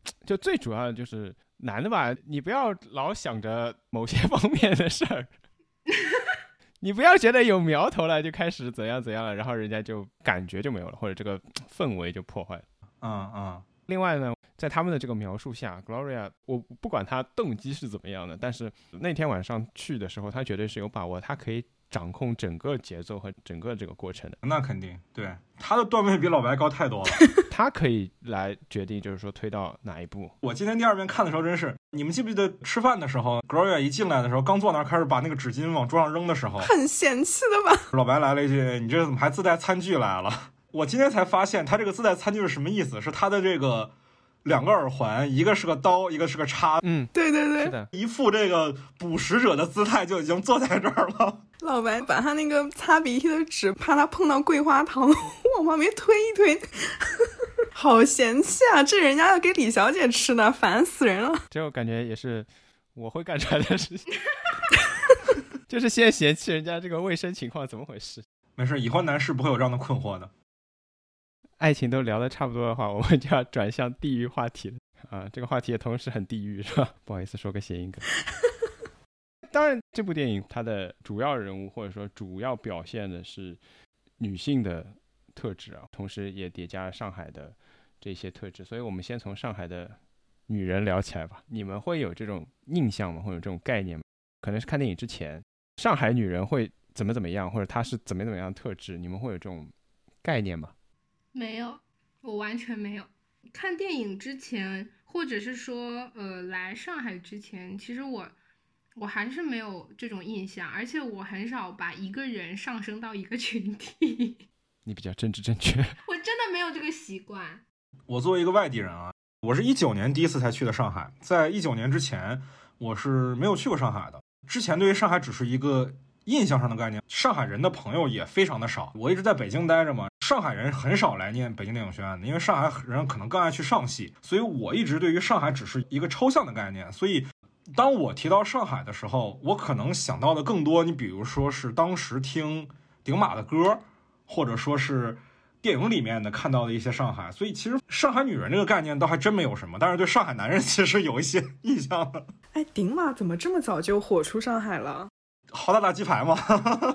就最主要的就是男的吧，你不要老想着某些方面的事儿。你不要觉得有苗头了就开始怎样怎样了，然后人家就感觉就没有了，或者这个氛围就破坏了。另外呢，在他们的这个描述下 ，Gloria， 我不管她动机是怎么样的，但是那天晚上去的时候，她绝对是有把握，她可以掌控整个节奏和整个这个过程的。
那肯定，对，她的段位比老白高太多了。
她可以来决定，就是说推到哪一步。
我今天第二遍看的时候，真是，你们记不记得吃饭的时候 ，Gloria 一进来的时候，刚坐那儿开始把那个纸巾往桌上扔的时候，
很嫌弃的吧？
老白来了一句：“你这怎么还自带餐具来了？”我今天才发现，他这个自带餐具是什么意思？是他的这个2个耳环，一个是个刀，一个是个叉。
对对对，
是的，
一副这个捕食者的姿态就已经坐在这儿了。
老白把他那个擦鼻涕的纸，怕他碰到桂花糖，往旁边推一推，好嫌弃啊！这人家要给李小姐吃的，烦死人了。
这我感觉也是我会干出来的事情，就是先嫌弃人家这个卫生情况怎么回事。
没事，已婚男士不会有这样的困惑的。
爱情都聊得差不多的话，我们就要转向地狱话题了啊！这个话题也同时很地狱，是吧？不好意思，说个谐音梗。当然，这部电影它的主要人物或者说主要表现的是女性的特质啊，同时也叠加了上海的这些特质。所以我们先从上海的女人聊起来吧。你们会有这种印象吗？会有这种概念吗？可能是看电影之前，上海女人会怎么样，或者她是怎么样的特质，你们会有这种概念吗？
没有，我完全没有。看电影之前，或者是说来上海之前，其实我还是没有这种印象，而且我很少把一个人上升到一个群体。
你比较政治正确。
我真的没有这个习惯。
我作为一个外地人啊，我是19年第一次才去的上海，在19年之前我是没有去过上海的。之前对于上海只是一个印象上的概念，上海人的朋友也非常的少。我一直在北京待着嘛，上海人很少来念北京电影学院的，因为上海人可能更爱去上戏，所以我一直对于上海只是一个抽象的概念。所以当我提到上海的时候，我可能想到的更多，你比如说是当时听顶马的歌，或者说是电影里面的看到的一些上海。所以其实上海女人这个概念倒还真没有什么，但是对上海男人其实有一些印象的。
哎，顶马怎么这么早就火出上海了？
好大大鸡排嘛。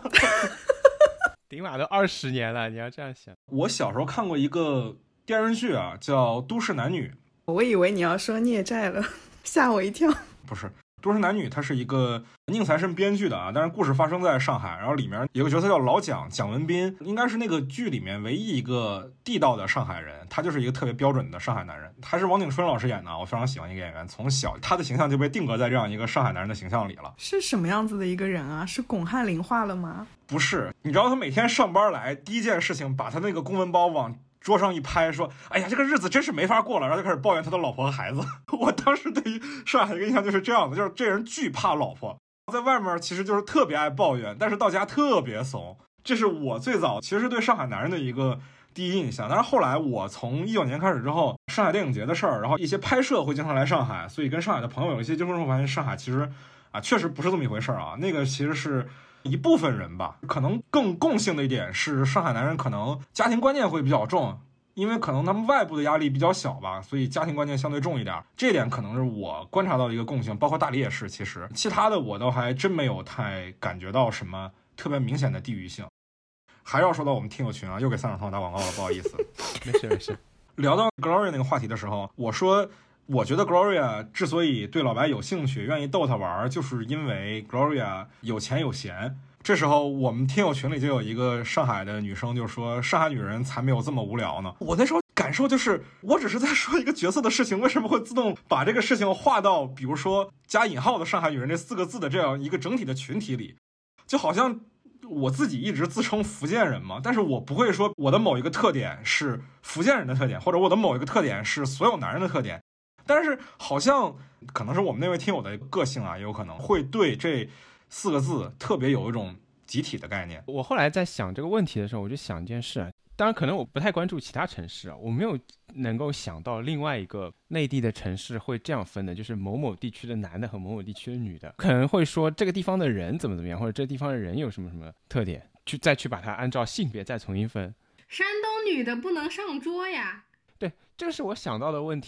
顶马都20年了，你要这样想。
我小时候看过一个电视剧啊，叫《都市男女》。
我以为你要说孽债了，吓我一跳。
不是，《都市男女》它是一个宁财神编剧的啊，但是故事发生在上海，然后里面有个角色叫老蒋，蒋文斌，应该是那个剧里面唯一一个地道的上海人，他就是一个特别标准的上海男人，还是王景春老师演的，我非常喜欢一个演员，从小他的形象就被定格在这样一个上海男人的形象里了。
是什么样子的一个人啊？是巩汉林化了吗？
不是，你知道他每天上班来第一件事情，把他那个公文包往桌上一拍，说：“哎呀，这个日子真是没法过了。”然后就开始抱怨他的老婆和孩子。我当时对于上海的印象就是这样的，就是这人巨怕老婆，在外面其实就是特别爱抱怨，但是到家特别怂。这是我最早其实对上海男人的一个第一印象。但是后来我从19年开始之后，上海电影节的事儿，然后一些拍摄会经常来上海，所以跟上海的朋友有一些接触之后，发现上海其实确实不是这么一回事啊。那个其实是一部分人吧，可能更共性的一点是上海男人可能家庭观念会比较重，因为可能他们外部的压力比较小吧，所以家庭观念相对重一点，这点可能是我观察到的一个共性，包括大理也是。其他的我都还真没有太感觉到什么特别明显的地域性。还要说到我们听友群啊，又给三场通打广告了，不好意思。
没事。
聊到 Gloria 那个话题的时候，我说我觉得 Gloria 之所以对老白有兴趣，愿意逗他玩，就是因为 Gloria 有钱有闲。这时候我们听友群里就有一个上海的女生就说，上海女人才没有这么无聊呢。我那时候感受就是，我只是在说一个角色的事情，为什么会自动把这个事情划到比如说加引号的上海女人这4个字的这样一个整体的群体里，就好像我自己一直自称福建人嘛，但是我不会说我的某一个特点是福建人的特点，或者我的某一个特点是所有男人的特点。但是好像可能是我们那位听友的个性啊，也有可能会对这4个字特别有一种集体的概念。
我后来在想这个问题的时候，我就想一件事，当然可能我不太关注其他城市啊，我没有能够想到另外一个内地的城市会这样分的，就是某某地区的男的和某某地区的女的，可能会说这个地方的人怎么样，或者这个地方的人有什么什么特点，再去把它按照性别再重新分。
山东女的不能上桌呀。
对，这是我想到的问题。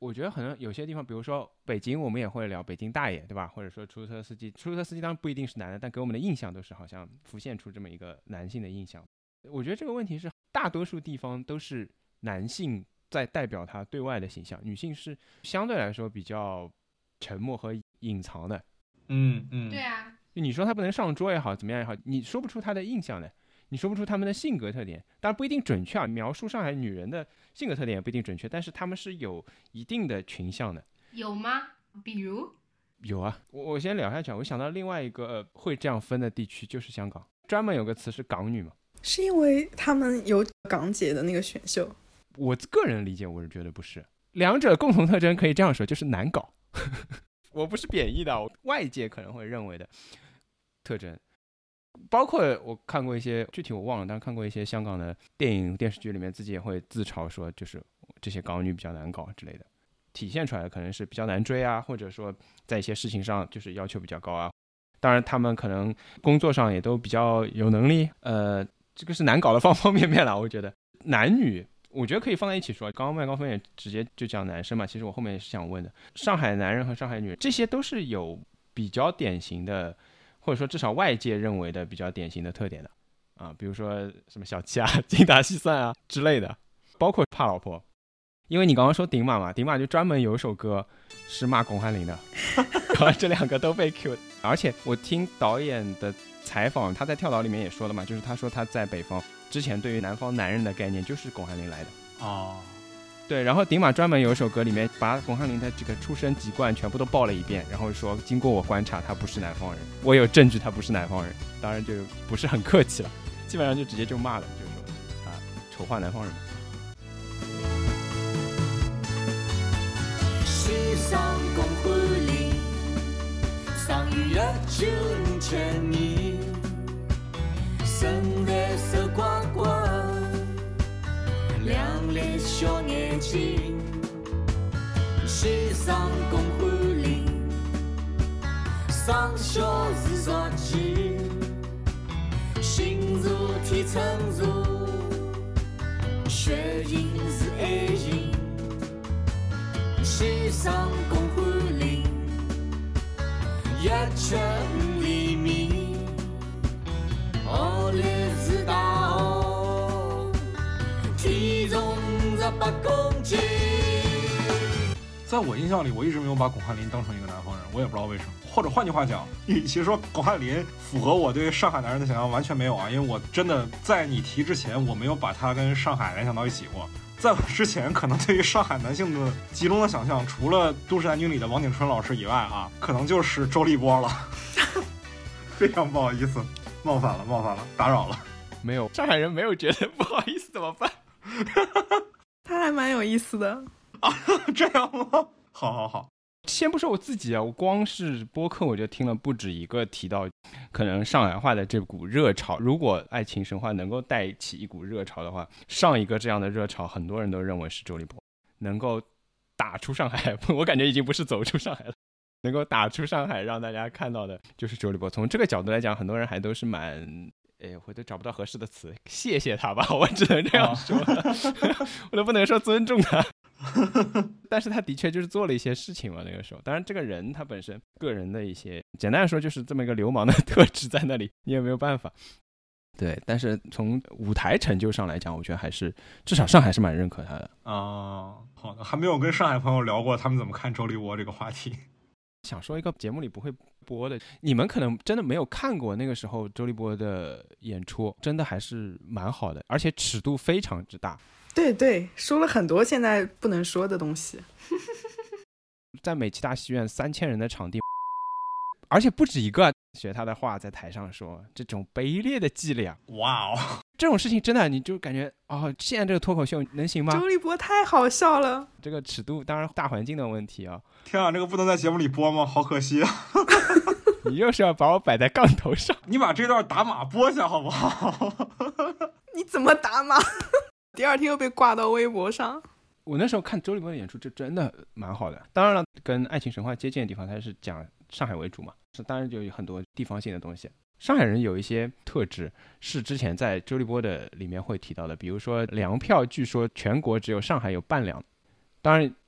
我觉得可能有些地方，比如说北京，我们也会聊北京大爷，对吧？或者说出租车司机，出租车司机当然不一定是男的，但给我们的印象都是好像浮现出这么一个男性的印象。我觉得这个问题是大多数地方都是男性在代表他对外的形象，女性是相对来说比较沉默和隐藏的。
对啊，
你说他不能上桌也好，怎么样也好，你说不出他的印象来，你说不出他们的性格特点，当然不一定准确啊。描述上海女人的性格特点也不一定准确，但是他们是有一定的群像的。
有吗？比如？
有啊，我先聊下去。我想到另外一个会这样分的地区就是香港，专门有个词是港女嘛。
是因为他们有港姐的那个选秀？
我个人理解，我是觉得不是，两者共同特征可以这样说，就是难搞。我不是贬义的，外界可能会认为的特征，包括我看过一些具体我忘了，但看过一些香港的电影电视剧里面，自己也会自嘲说，就是这些港女比较难搞之类的，体现出来的可能是比较难追啊，或者说在一些事情上就是要求比较高啊。当然，他们可能工作上也都比较有能力，这个是难搞的方方面面了。我觉得男女，我觉得可以放在一起说。刚刚麦高芬也直接就讲男生嘛，其实我后面也是想问的，上海男人和上海女人，这些都是有比较典型的，或者说至少外界认为的比较典型的特点的啊，比如说什么小气啊、精打细算啊之类的，包括怕老婆。因为你刚刚说顶马嘛，顶马就专门有首歌是骂巩汉林的，然后这两个都被 Q。而且我听导演的采访，他在跳岛里面也说了嘛，就是他说他在北方之前对于南方男人的概念就是巩汉林来的。
哦，
对，然后顶马专门有一首歌里面把巩汉林的这个出身籍贯全部都报了一遍，然后说经过我观察他不是南方人，我有证据他不是南方人，当然就不是很客气了，基本上就直接就骂了，就是说啊丑化南方人嘛。
世上共欢lin生于1957年，身材瘦瓜瓜，两粒小眼睛。世上共欢lin上小是少见，星座天秤座，血型是 A 型。世上共欢lin175厘米，学历是大学，体重100公斤。
在我印象里，我一直没有把巩汉林当成一个南方人，我也不知道为什么。或者换句话讲，与其说巩汉林符合我对上海男人的想象，完全没有啊，因为我真的在你提之前，我没有把他跟上海联想到一起过。在我之前，可能对于上海男性的集中的想象，除了《都市男女》里的王景春老师以外啊，可能就是周立波了。非常不好意思，冒犯了，打扰了。
没有，上海人没有觉得不好意思怎么办？
他还蛮有意思的
啊，这样吗？好。
先不说我自己啊，我光是播客我就听了不止一个提到，可能上海话的这股热潮，如果爱情神话能够带起一股热潮的话，上一个这样的热潮，很多人都认为是周立波能够打出上海。我感觉已经不是走出上海了，能够打出上海让大家看到的就是周立波。从这个角度来讲，很多人还都是蛮我都找不到合适的词，谢谢他吧，我只能这样说我都不能说尊重他但是他的确就是做了一些事情嘛，那个时候。当然这个人他本身个人的一些，简单的说就是这么一个流氓的特质在那里，你也没有办法。对，但是从舞台成就上来讲，我觉得还是至少上海是蛮认可他的。
好的，还没有跟上海朋友聊过他们怎么看周立波这个话题。
想说一个节目里不会播的，你们可能真的没有看过那个时候周立波的演出，真的还是蛮好的，而且尺度非常之大。
对，说了很多现在不能说的东西。
在美琪大戏院3000人的场地，而且不止一个，学他的话在台上说这种卑劣的伎俩，
哇哦，
这种事情真的你就感觉现在这个脱口秀能行吗？
周立波太好笑了。
这个尺度当然大环境的问题啊。
天啊，这个不能在节目里播吗？好可惜啊。
你又是要把我摆在杠头上。
你把这段打码播下好不好？
你怎么打码？第二天又被挂到微博上。
我那时候看周立波的演出就真的蛮好的，当然了，跟爱情神话接近的地方他是讲上海为主嘛，当然就有很多地方性的东西。上海人有一些特质是之前在周立波的里面会提到的，比如说粮票据说全国只有上海有半粮，当然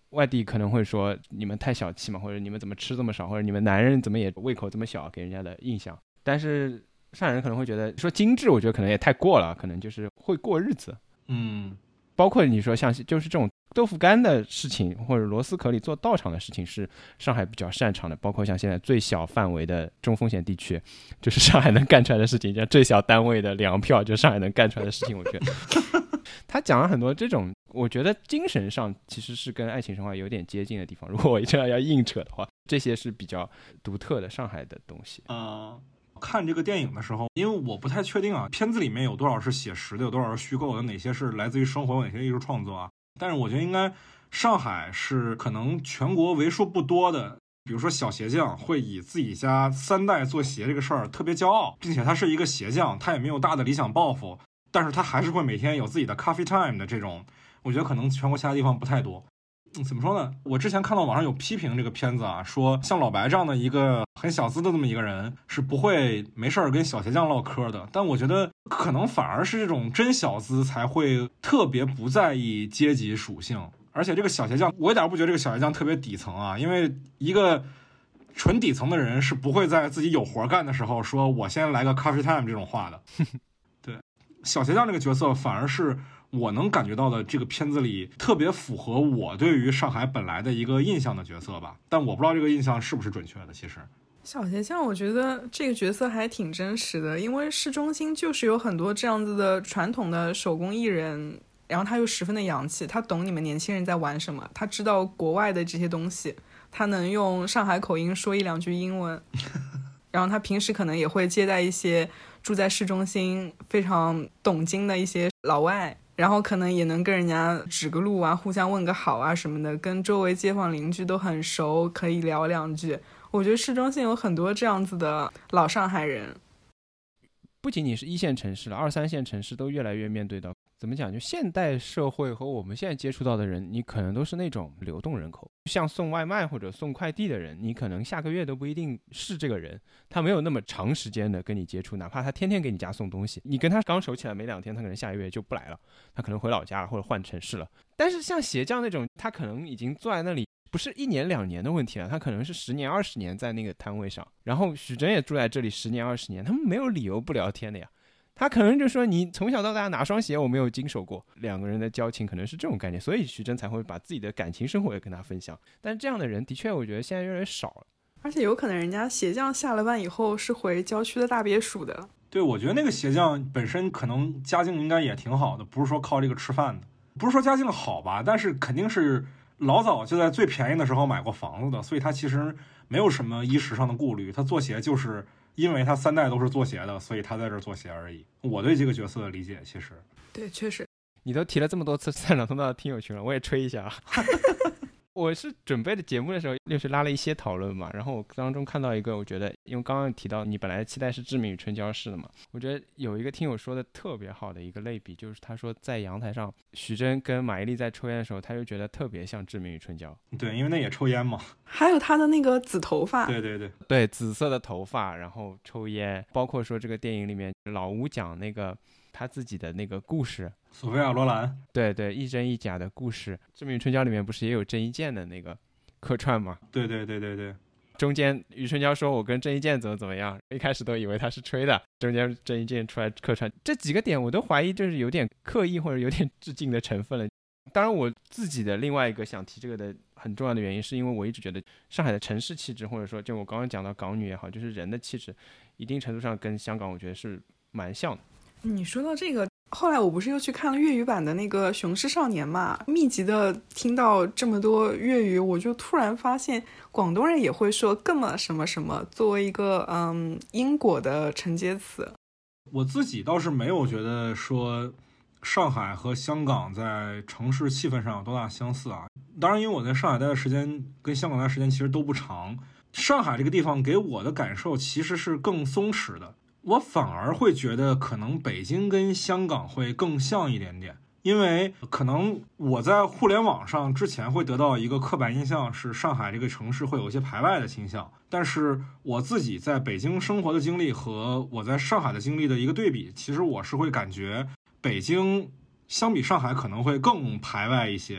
外地可能会说你们太小气嘛，或者你们怎么吃这么少，或者你们男人怎么也胃口这么小，给人家的印象。但是上海人可能会觉得说精致，我觉得可能也太过了，可能就是会过日子。包括你说像就是这种豆腐干的事情，或者螺丝壳里做道场的事情，是上海比较擅长的。包括像现在最小范围的中风险地区，就是上海能干出来的事情，像最小单位的粮票，就是上海能干出来的事情。我觉得他讲了很多这种，我觉得精神上其实是跟爱情神话有点接近的地方。如果我这样要硬扯的话，这些是比较独特的上海的东西。
看这个电影的时候，因为我不太确定啊，片子里面有多少是写实的，有多少是虚构的，哪些是来自于生活，有哪些艺术创作啊。但是我觉得应该上海是可能全国为数不多的，比如说小鞋匠会以自己家3代做鞋这个事儿特别骄傲，并且他是一个鞋匠，他也没有大的理想抱负，但是他还是会每天有自己的 coffee time 的这种，我觉得可能全国其他地方不太多。怎么说呢？我之前看到网上有批评这个片子啊，说像老白这样的一个很小资的这么一个人是不会没事儿跟小鞋匠唠嗑的。但我觉得可能反而是这种真小资才会特别不在意阶级属性。而且这个小鞋匠，我一点不觉得这个小鞋匠特别底层啊，因为一个纯底层的人是不会在自己有活干的时候说我先来个 coffee time 这种话的。对，小鞋匠这个角色反而是我能感觉到的这个片子里特别符合我对于上海本来的一个印象的角色吧，但我不知道这个印象是不是准确的。其实
小鞋匠我觉得这个角色还挺真实的，因为市中心就是有很多这样子的传统的手工艺人，然后他又十分的洋气，他懂你们年轻人在玩什么，他知道国外的这些东西，他能用上海口音说1-2句英文然后他平时可能也会接待一些住在市中心非常懂经的一些老外，然后可能也能跟人家指个路啊，互相问个好啊什么的，跟周围街坊邻居都很熟，可以聊2句。我觉得市中心有很多这样子的老上海人，
不仅仅是1线城市了，2、3线城市都越来越面对到怎么讲，就现代社会和我们现在接触到的人，你可能都是那种流动人口，像送外卖或者送快递的人，你可能下个月都不一定是这个人，他没有那么长时间的跟你接触，哪怕他天天给你家送东西，你跟他刚熟起来没2天，他可能下个月就不来了，他可能回老家了或者换城市了。但是像鞋匠那种，他可能已经坐在那里不是1年2年的问题了，他可能是10年20年在那个摊位上，然后许峥也住在这里10年20年，他们没有理由不聊天的呀。他可能就说你从小到大哪双鞋我没有经手过，两个人的交情可能是这种概念，所以许峥才会把自己的感情生活也跟他分享。但是这样的人的确我觉得现在越来越少了，
而且有可能人家鞋匠下了班以后是回郊区的大别墅的。
对，我觉得那个鞋匠本身可能家境应该也挺好的，不是说靠这个吃饭的，不是说家境好吧，但是肯定是老早就在最便宜的时候买过房子的，所以他其实没有什么衣食上的顾虑，他做鞋就是因为他3代都是做鞋的，所以他在这儿做鞋而已。我对这个角色的理解其实
对，确实
你都提了这么多次散场通道的听友群了，我也吹一下啊我是准备的节目的时候又是拉了一些讨论嘛，然后我当中看到一个，我觉得因为刚刚提到你本来期待是志明与春娇式的嘛，我觉得有一个听友说的特别好的一个类比，就是他说在阳台上许峥跟马伊琍在抽烟的时候，他就觉得特别像志明与春娇。
对，因为那也抽烟嘛，
还有他的那个紫头发，
对对对
对，紫色的头发，然后抽烟，包括说这个电影里面老吴讲那个他自己的那个故事，
索菲亚罗兰，
对对，一真一假的故事。志明与春娇里面不是也有郑伊健的那个客串吗？
对对对对对，
中间余春娇说我跟郑伊健怎么样，一开始都以为他是吹的，中间郑伊健出来客串，这几个点我都怀疑就是有点刻意或者有点致敬的成分了。当然我自己的另外一个想提这个的很重要的原因，是因为我一直觉得上海的城市气质，或者说就我刚刚讲到港女也好，就是人的气质一定程度上跟香港我觉得是蛮像的。
你说到这个，后来我不是又去看了粤语版的那个《雄狮少年》嘛，密集的听到这么多粤语，我就突然发现广东人也会说“根么什么什么”作为一个因果的承接词。
我自己倒是没有觉得说上海和香港在城市气氛上有多大相似啊。当然因为我在上海待的时间跟香港待的时间其实都不长，上海这个地方给我的感受其实是更松弛的，我反而会觉得可能北京跟香港会更像一点点。因为可能我在互联网上之前会得到一个刻板印象，是上海这个城市会有一些排外的倾向，但是我自己在北京生活的经历和我在上海的经历的一个对比，其实我是会感觉北京相比上海可能会更排外一些。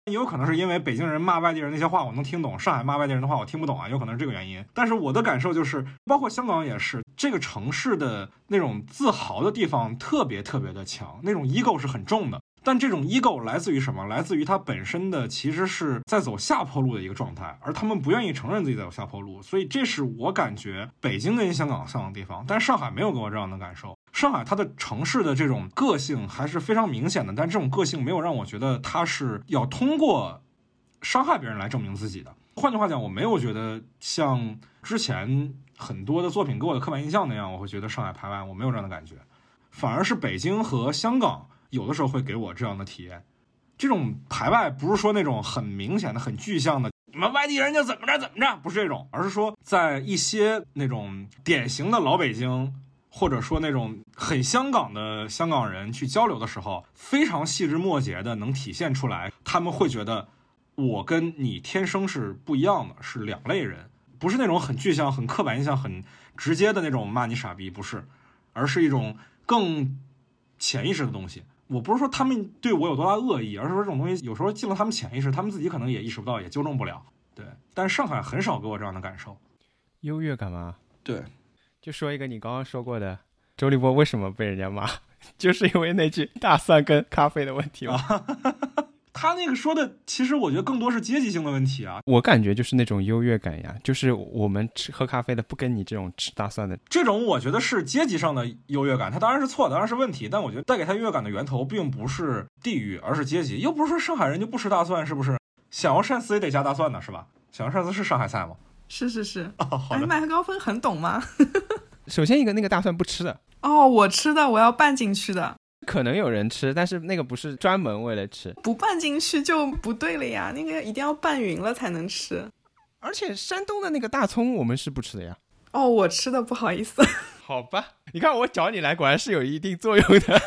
也有可能是因为北京人骂外地人那些话我能听懂，上海骂外地人的话我听不懂啊，有可能是这个原因。但是我的感受就是，包括香港也是，这个城市的那种自豪的地方特别特别的强，那种 ego 是很重的。但这种 ego 来自于什么？来自于它本身的其实是在走下坡路的一个状态，而他们不愿意承认自己在走下坡路，所以这是我感觉北京跟香港像的地方。但是上海没有给我这样的感受，上海它的城市的这种个性还是非常明显的，但这种个性没有让我觉得它是要通过伤害别人来证明自己的。换句话讲，我没有觉得像之前很多的作品给我的刻板印象那样，我会觉得上海排外，我没有这样的感觉，反而是北京和香港有的时候会给我这样的体验。这种排外不是说那种很明显的很具象的你们外地人就怎么着怎么着，不是这种，而是说在一些那种典型的老北京或者说那种很香港的香港人去交流的时候，非常细枝末节的能体现出来，他们会觉得我跟你天生是不一样的，是两类人，不是那种很具象很刻板印象很直接的那种骂你傻逼，不是，而是一种更潜意识的东西。我不是说他们对我有多大恶意，而是说这种东西有时候进了他们潜意识，他们自己可能也意识不到，也纠正不了。对，但是上海很少给我这样的感受。
优越感吗？
对，
就说一个你刚刚说过的，周立波为什么被人家骂，就是因为那句大蒜跟咖啡的问题吗？
他那个说的其实我觉得更多是阶级性的问题啊。
我感觉就是那种优越感呀，就是我们喝咖啡的不跟你这种吃大蒜的，
这种我觉得是阶级上的优越感，它当然是错，当然是问题，但我觉得带给他优越感的源头并不是地域，而是阶级。又不是说上海人就不吃大蒜，是不是？响油鳝丝也得加大蒜的是吧？响油鳝丝是上海菜吗？
是
好的。
麦高芬很懂吗？
首先一个那个大蒜不吃的
哦，我吃的，我要拌进去的。
可能有人吃，但是那个不是专门为了吃，
不拌进去就不对了呀，那个一定要拌匀了才能吃。
而且山东的那个大葱我们是不吃的呀。
哦，我吃的，不好意思。
好吧，你看我找你来果然是有一定作用的。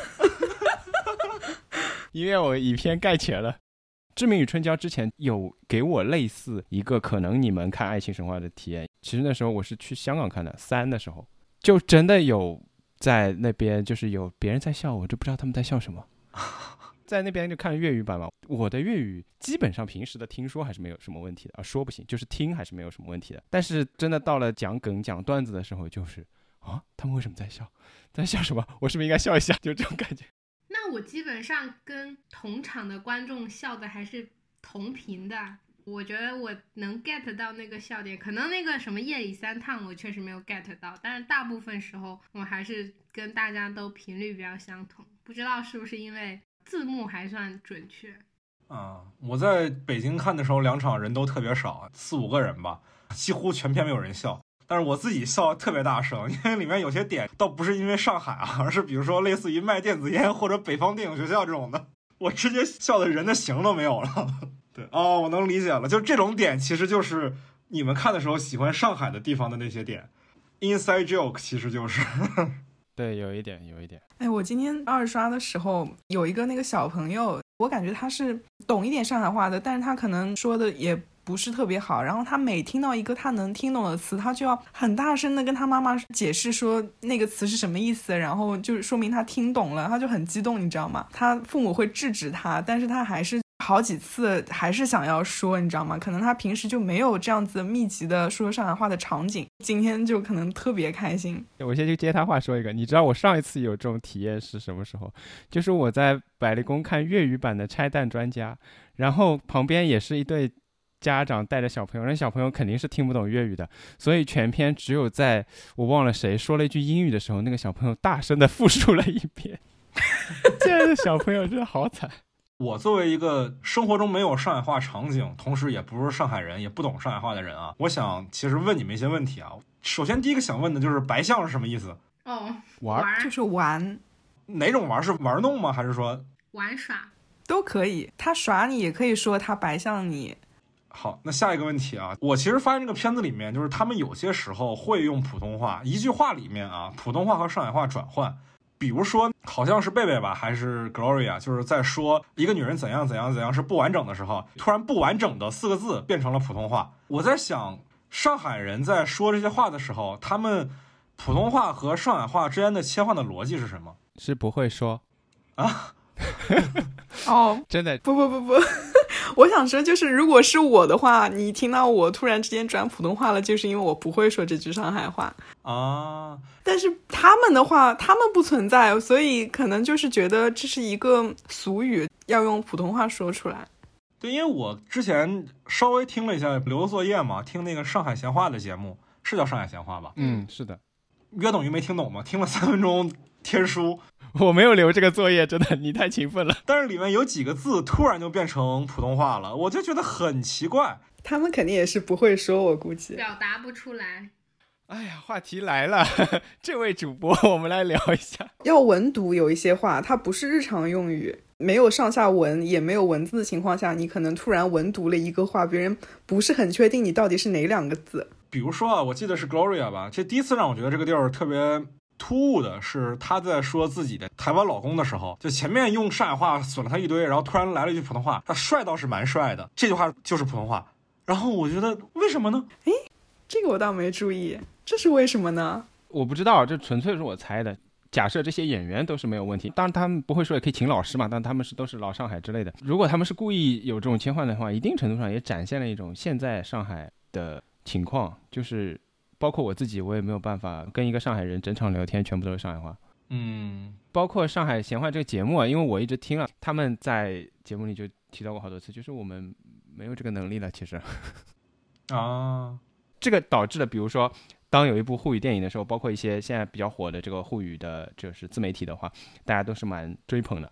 因为我以偏概全了。志明与春娇之前有给我类似一个可能你们看爱情神话的体验，其实那时候我是去香港看的，3的时候就真的有在那边，就是有别人在笑，我就不知道他们在笑什么。在那边就看粤语版嘛，我的粤语基本上平时的听说还是没有什么问题的啊，说不行就是听还是没有什么问题的。但是真的到了讲梗讲段子的时候，就是啊，他们为什么在笑？在笑什么？我是不是应该笑一下？就这种感觉。
那我基本上跟同场的观众笑的还是同频的。我觉得我能 get 到那个笑点，可能那个什么夜里3趟我确实没有 get 到，但是大部分时候我还是跟大家都频率比较相同，不知道是不是因为字幕还算准确。
我在北京看的时候，2场人都特别少，4、5个人吧，几乎全片没有人笑。但是我自己笑特别大声，因为里面有些点倒不是因为上海啊，而是比如说类似于卖电子烟或者北方电影学校这种的，我直接笑的人的形都没有了。对，我能理解了，就这种点其实就是你们看的时候喜欢上海的地方的那些点 ，inside joke 其实就是。
对，有一点。
哎，我今天二刷的时候有一个那个小朋友，我感觉他是懂一点上海话的，但是他可能说的也不是特别好，然后他每听到一个他能听懂的词，他就要很大声的跟他妈妈解释说那个词是什么意思，然后就说明他听懂了，他就很激动，你知道吗？他父母会制止他，但是他还是好几次还是想要说，你知道吗？可能他平时就没有这样子密集的说上海话的场景，今天就可能特别开心。
我先就接他话说一个，你知道我上一次有这种体验是什么时候？就是我在百丽宫看粤语版的《拆弹专家》，然后旁边也是一对家长带着小朋友，那小朋友肯定是听不懂粤语的，所以全篇只有在我忘了谁说了一句英语的时候，那个小朋友大声的复述了一遍。这样的小朋友真的好惨。
我作为一个生活中没有上海话场景，同时也不是上海人，也不懂上海话的人啊，我想其实问你们一些问题啊。首先第一个想问的就是白象是什么意思？
玩
就是玩。
哪种玩？是玩弄吗？还是说
玩耍？
都可以，他耍你也可以说他白象你。
好，那下一个问题啊，我其实发现这个片子里面，就是他们有些时候会用普通话，一句话里面啊，普通话和上海话转换。比如说，好像是贝贝吧，还是 Gloria， 就是在说一个女人怎样怎样怎样是不完整的时候，突然不完整的4个字变成了普通话。我在想，上海人在说这些话的时候，他们普通话和上海话之间的切换的逻辑是什么？
是不会说
啊？
哦，
真的
不， 我想说，就是如果是我的话，你听到我突然之间转普通话了，就是因为我不会说这句上海话
啊。
但是他们的话，他们不存在，所以可能就是觉得这是一个俗语，要用普通话说出来。
对，因为我之前稍微听了一下留作业嘛，听那个上海闲话的节目，是叫上海闲话吧？
是的。
约等于没听懂嘛，听了3分钟天书。
我没有留这个作业，真的，你太勤奋了。
但是里面有几个字突然就变成普通话了，我就觉得很奇怪。
他们肯定也是不会说，我估计
表达不出来。
哎呀，话题来了，这位主播，我们来聊一下。
要文读有一些话，它不是日常用语，没有上下文，也没有文字的情况下，你可能突然文读了一个话，别人不是很确定你到底是哪2个字。
比如说啊，我记得是 Gloria 吧，这第一次让我觉得这个地儿特别突兀的是，她在说自己的台湾老公的时候，就前面用上海话损了他一堆，然后突然来了一句普通话，他帅倒是蛮帅的，这句话就是普通话。然后我觉得为什么呢？
诶，这个我倒没注意，这是为什么呢？
我不知道，这纯粹是我猜的。假设这些演员都是没有问题，当然他们不会说也可以请老师嘛，但他们都是老上海之类的。如果他们是故意有这种切换的话，一定程度上也展现了一种现在上海的情况，就是包括我自己，我也没有办法跟一个上海人整场聊天全部都是上海话。包括上海闲话这个节目啊，因为我一直听了，他们在节目里就提到过好多次，就是我们没有这个能力了，其实
啊，
这个导致了，比如说当有一部沪语电影的时候，包括一些现在比较火的这个沪语的就是自媒体的话，大家都是蛮追捧的。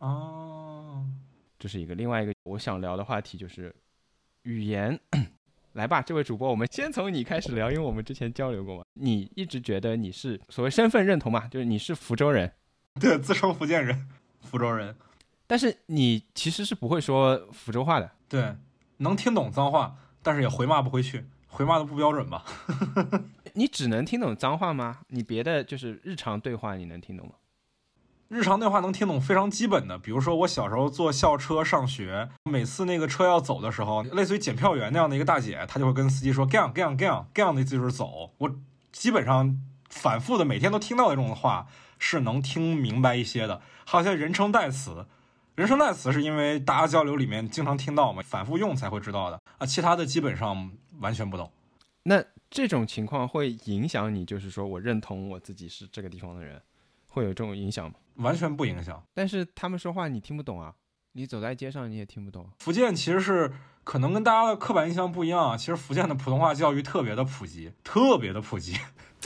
这是一个。另外一个我想聊的话题就是语言。来吧，这位主播，我们先从你开始聊，因为我们之前交流过嘛。你一直觉得你是所谓身份认同嘛，就是你是福州人。
对，自称福建人，福州人。
但是你其实是不会说福州话的。
对，能听懂脏话，但是也回骂不回去，回骂的不标准吧。
你只能听懂脏话吗？你别的就是日常对话你能听懂吗？
日常对话能听懂非常基本的，比如说我小时候坐校车上学，每次那个车要走的时候，类似于检票员那样的一个大姐，她就会跟司机说 gang gang gang gang 的意思就是走。我基本上反复的每天都听到的这种话是能听明白一些的。还有些人称代词，人称代词是因为大家交流里面经常听到嘛，反复用才会知道的啊，其他的基本上完全不懂。
那这种情况会影响你，就是说我认同我自己是这个地方的人，会有这种影响吗？
完全不影响。
但是他们说话你听不懂啊，你走在街上你也听不懂。
福建其实是可能跟大家的刻板印象不一样啊，其实福建的普通话教育特别的普及，特别的普及。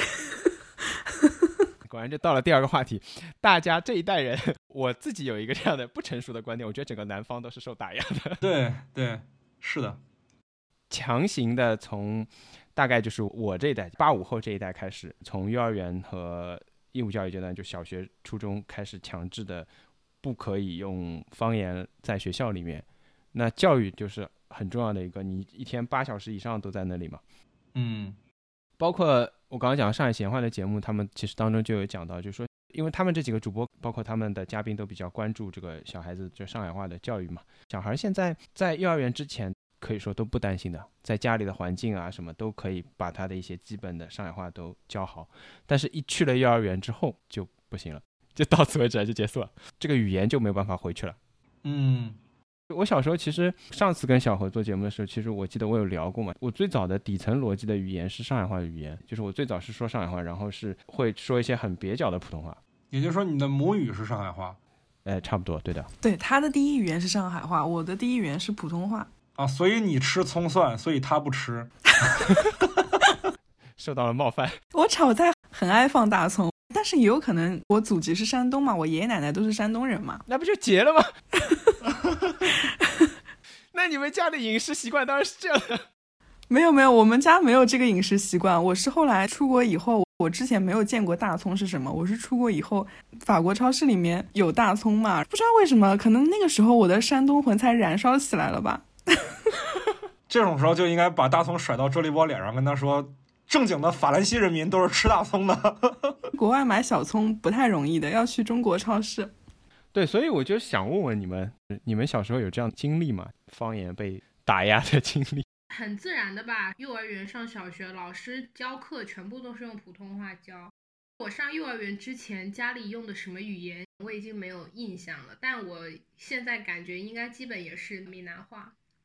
果然就到了第2个话题，大家这一代人，我自己有一个这样的不成熟的观点，我觉得整个南方都是受打压的。
对对，是的。
强行的从大概就是我这一代85后这一代开始，从幼儿园和义务教育阶段，就小学初中开始强制的不可以用方言在学校里面。那教育就是很重要的一个，你一天8小时以上都在那里嘛。包括我刚刚讲上海闲话的节目，他们其实当中就有讲到，就是说因为他们这几个主播包括他们的嘉宾都比较关注这个小孩子就上海话的教育嘛。小孩现在在幼儿园之前可以说都不担心的，在家里的环境啊什么都可以把他的一些基本的上海话都教好，但是一去了幼儿园之后就不行了，就到此为止了，就结束了，这个语言就没有办法回去了。我小时候其实上次跟小何做节目的时候，其实我记得我有聊过嘛，我最早的底层逻辑的语言是上海话的语言，就是我最早是说上海话，然后是会说一些很蹩脚的普通话。
也就是说你的母语是上海话？
差不多，对的。
对，他的第一语言是上海话，我的第一语言是普通话
啊，所以你吃葱蒜，所以他不吃。
受到了冒犯。
我炒菜很爱放大葱，但是也有可能我祖籍是山东嘛，我爷爷奶奶都是山东人嘛，
那不就结了吗？那你们家的饮食习惯当然是这样的。
没有，我们家没有这个饮食习惯。我是后来出国以后，我之前没有见过大葱是什么，我是出国以后法国超市里面有大葱嘛，不知道为什么，可能那个时候我的山东魂才燃烧起来了吧。
这种时候就应该把大葱甩到周立波脸上，跟他说正经的法兰西人民都是吃大葱的。
国外买小葱不太容易的，要去中国超市。
对，所以我就想问问你们小时候有这样经历吗？方言被打压的经历？
很自然的吧，幼儿园上小学，老师教课全部都是用普通话教。我上幼儿园之前家里用的什么语言我已经没有印象了，但我现在感觉应该基本也是闽南话。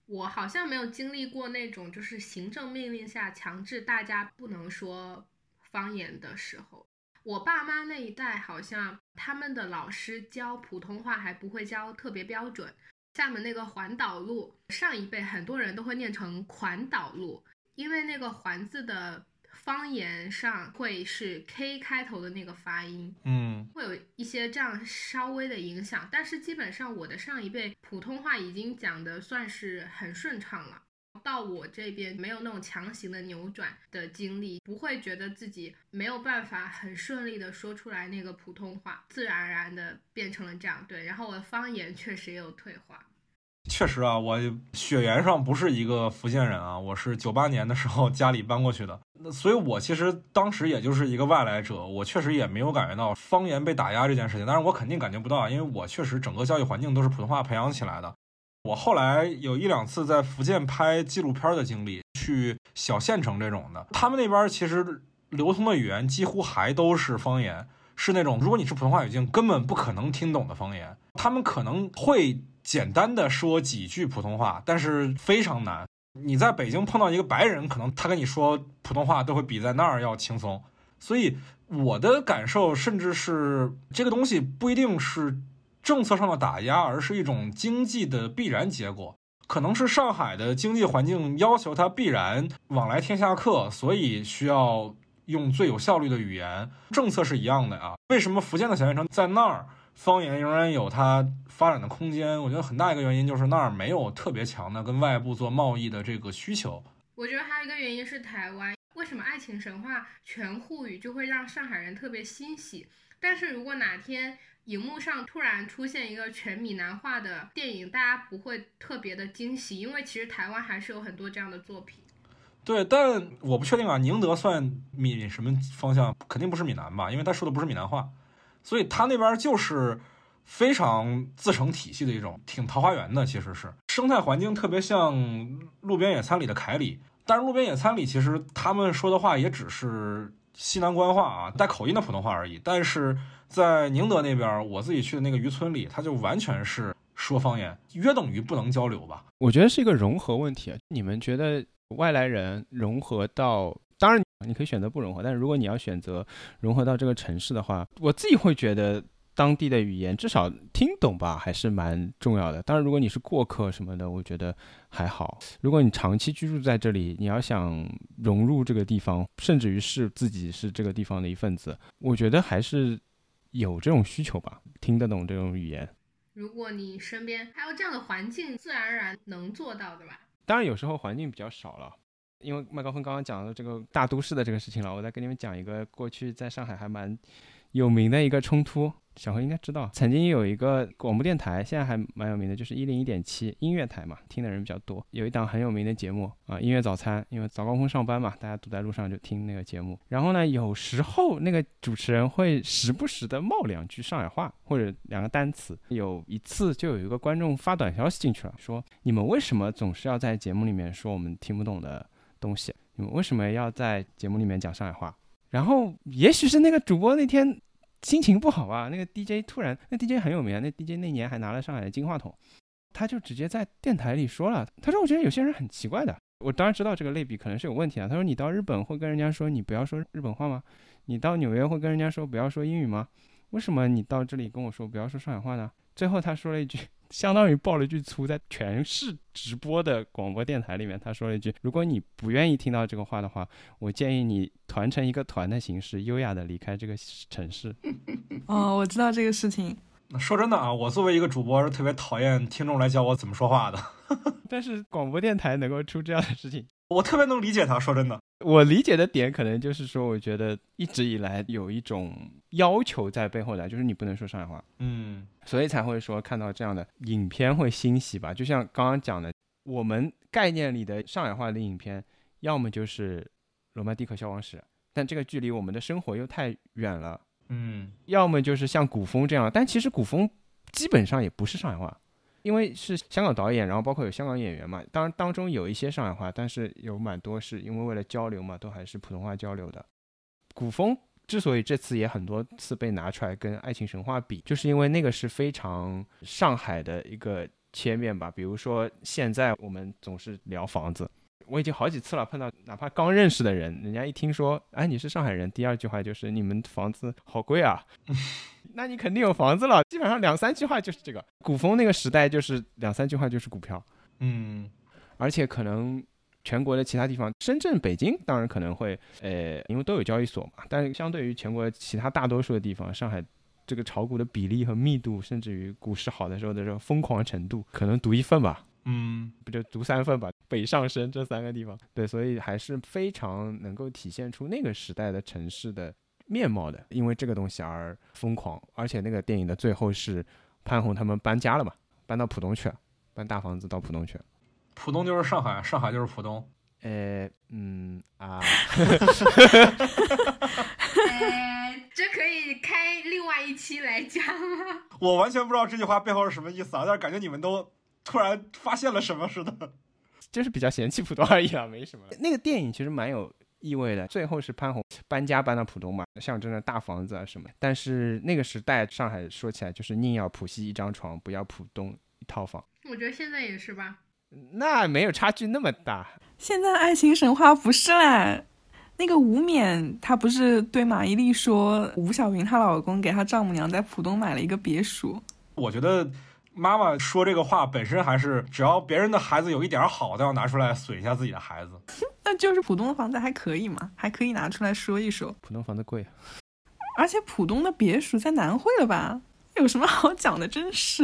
我好像没有经历过那种就是行政命令下强制大家不能说方言的时候。我爸妈那一代好像他们的老师教普通话还不会教特别标准，厦门那个环岛路，上一辈很多人都会念成环岛路，因为那个环字的方言上会是 K 开头的那个发音，会有一些这样稍微的影响。但是基本上我的上一辈普通话已经讲的算是很顺畅了，到我这边没有那种强行的扭转的经历，不会觉得自己没有办法很顺利的说出来那个普通话，自然而然的变成了这样。对，然后我的方言确实也有退化。
确实啊，我血缘上不是一个福建人啊，我是98年的时候家里搬过去的，所以我其实当时也就是一个外来者，我确实也没有感觉到方言被打压这件事情，但是我肯定感觉不到，因为我确实整个教育环境都是普通话培养起来的。我后来有1-2次在福建拍纪录片的经历，去小县城这种的，他们那边其实流通的语言几乎还都是方言，是那种如果你是普通话语境根本不可能听懂的方言，他们可能会简单的说几句普通话，但是非常难。你在北京碰到一个白人，可能他跟你说普通话都会比在那儿要轻松。所以我的感受甚至是这个东西不一定是政策上的打压，而是一种经济的必然结果。可能是上海的经济环境要求它必然往来天下客，所以需要用最有效率的语言。政策是一样的啊。为什么福建的小县城在那儿方言仍然有它发展的空间？我觉得很大一个原因就是那儿没有特别强的跟外部做贸易的这个需求。
我觉得还有一个原因是台湾，为什么爱情神话全沪语就会让上海人特别欣喜，但是如果哪天荧幕上突然出现一个全闽南话的电影，大家不会特别的惊喜，因为其实台湾还是有很多这样的作品。
对，但我不确定啊，宁德算闽什么方向？肯定不是闽南吧，因为他说的不是闽南话，所以他那边就是非常自成体系的一种，挺桃花源的。其实是生态环境特别像路边野餐里的凯里，但是路边野餐里其实他们说的话也只是西南官话啊，带口音的普通话而已。但是在宁德那边，我自己去的那个渔村里，他就完全是说方言，约等于不能交流吧。
我觉得是一个融合问题。你们觉得外来人融合到，当然你可以选择不融合，但是如果你要选择融合到这个城市的话，我自己会觉得当地的语言至少听懂吧，还是蛮重要的。当然如果你是过客什么的，我觉得还好。如果你长期居住在这里，你要想融入这个地方，甚至于是自己是这个地方的一份子，我觉得还是有这种需求吧，听得懂这种语言。
如果你身边还有这样的环境，自然而然能做到的吧。
当然有时候环境比较少了，因为麦高芬刚刚讲的这个大都市的这个事情了，我再跟你们讲一个过去在上海还蛮有名的一个冲突。小何应该知道，曾经有一个广播电台，现在还蛮有名的，就是101.7音乐台嘛，听的人比较多。有一档很有名的节目啊，音乐早餐，因为早高峰上班嘛，大家堵在路上就听那个节目。然后呢，有时候那个主持人会时不时的冒2句上海话或者2个单词。有一次就有一个观众发短消息进去了，说你们为什么总是要在节目里面说我们听不懂的东西？你们为什么要在节目里面讲上海话？然后也许是那个主播那天心情不好啊，那个 DJ 突然，那 DJ 很有名啊，那 DJ 那年还拿了上海的金话筒，他就直接在电台里说了，他说我觉得有些人很奇怪的，我当然知道这个类比可能是有问题啊。他说你到日本会跟人家说你不要说日本话吗？你到纽约会跟人家说不要说英语吗？为什么你到这里跟我说不要说上海话呢？最后他说了一句，相当于爆了一句粗，在全市直播的广播电台里面，他说了一句，如果你不愿意听到这个话的话，我建议你团成一个团的形式，优雅的离开这个城市。
哦，我知道这个事情。
说真的啊，我作为一个主播是特别讨厌听众来教我怎么说话的。
但是广播电台能够出这样的事情，
我特别能理解他。说真的，
我理解的点可能就是说，我觉得一直以来有一种要求在背后的，就是你不能说上海话，所以才会说看到这样的影片会欣喜吧。就像刚刚讲的，我们概念里的上海话的影片，要么就是《罗曼蒂克消亡史》，但这个距离我们的生活又太远了，要么就是像古风这样，但其实古风基本上也不是上海话。因为是香港导演，然后包括有香港演员嘛，当然当中有一些上海话，但是有蛮多是因为为了交流嘛，都还是普通话交流的。古风之所以这次也很多次被拿出来跟爱情神话比，就是因为那个是非常上海的一个切面吧。比如说现在我们总是聊房子，我已经好几次了碰到哪怕刚认识的人，人家一听说哎你是上海人，第二句话就是你们房子好贵啊那你肯定有房子了，基本上2-3句话就是这个。古风那个时代就是2-3句话就是股票。而且可能全国的其他地方，深圳、北京当然可能会因为都有交易所嘛，但是相对于全国其他大多数的地方，上海这个炒股的比例和密度，甚至于股市好的时候的这种疯狂程度，可能独1份吧，不就独3份吧，北上深这3个地方。对，所以还是非常能够体现出那个时代的城市的面貌的，因为这个东西而疯狂。而且那个电影的最后是潘虹他们搬家了嘛，搬到浦东去了，搬大房子到浦东去了。
浦东就是上海，上海就是浦东。
这可以开另外一期来讲吗？
我完全不知道这句话背后是什么意思啊，但是感觉你们都突然发现了什么似的。
就是比较嫌弃浦东而已啊，没什么。那个电影其实蛮有意味的，最后是潘虹搬家搬到浦东嘛，象征着大房子啊什么。但是那个时代上海说起来就是宁要浦西一张床，不要浦东一套房。
我觉得现在也是吧。
那没有差距那么大。
现在爱情神话不是啦，那个吴冕她不是对马伊琍说吴晓云她老公给她丈母娘在浦东买了一个别墅。
我觉得妈妈说这个话本身还是，只要别人的孩子有一点好，都要拿出来损一下自己的孩子。
那就是浦东的房子还可以嘛，还可以拿出来说一说。
浦东房子贵，
而且浦东的别墅在南汇了吧，有什么好讲的，真是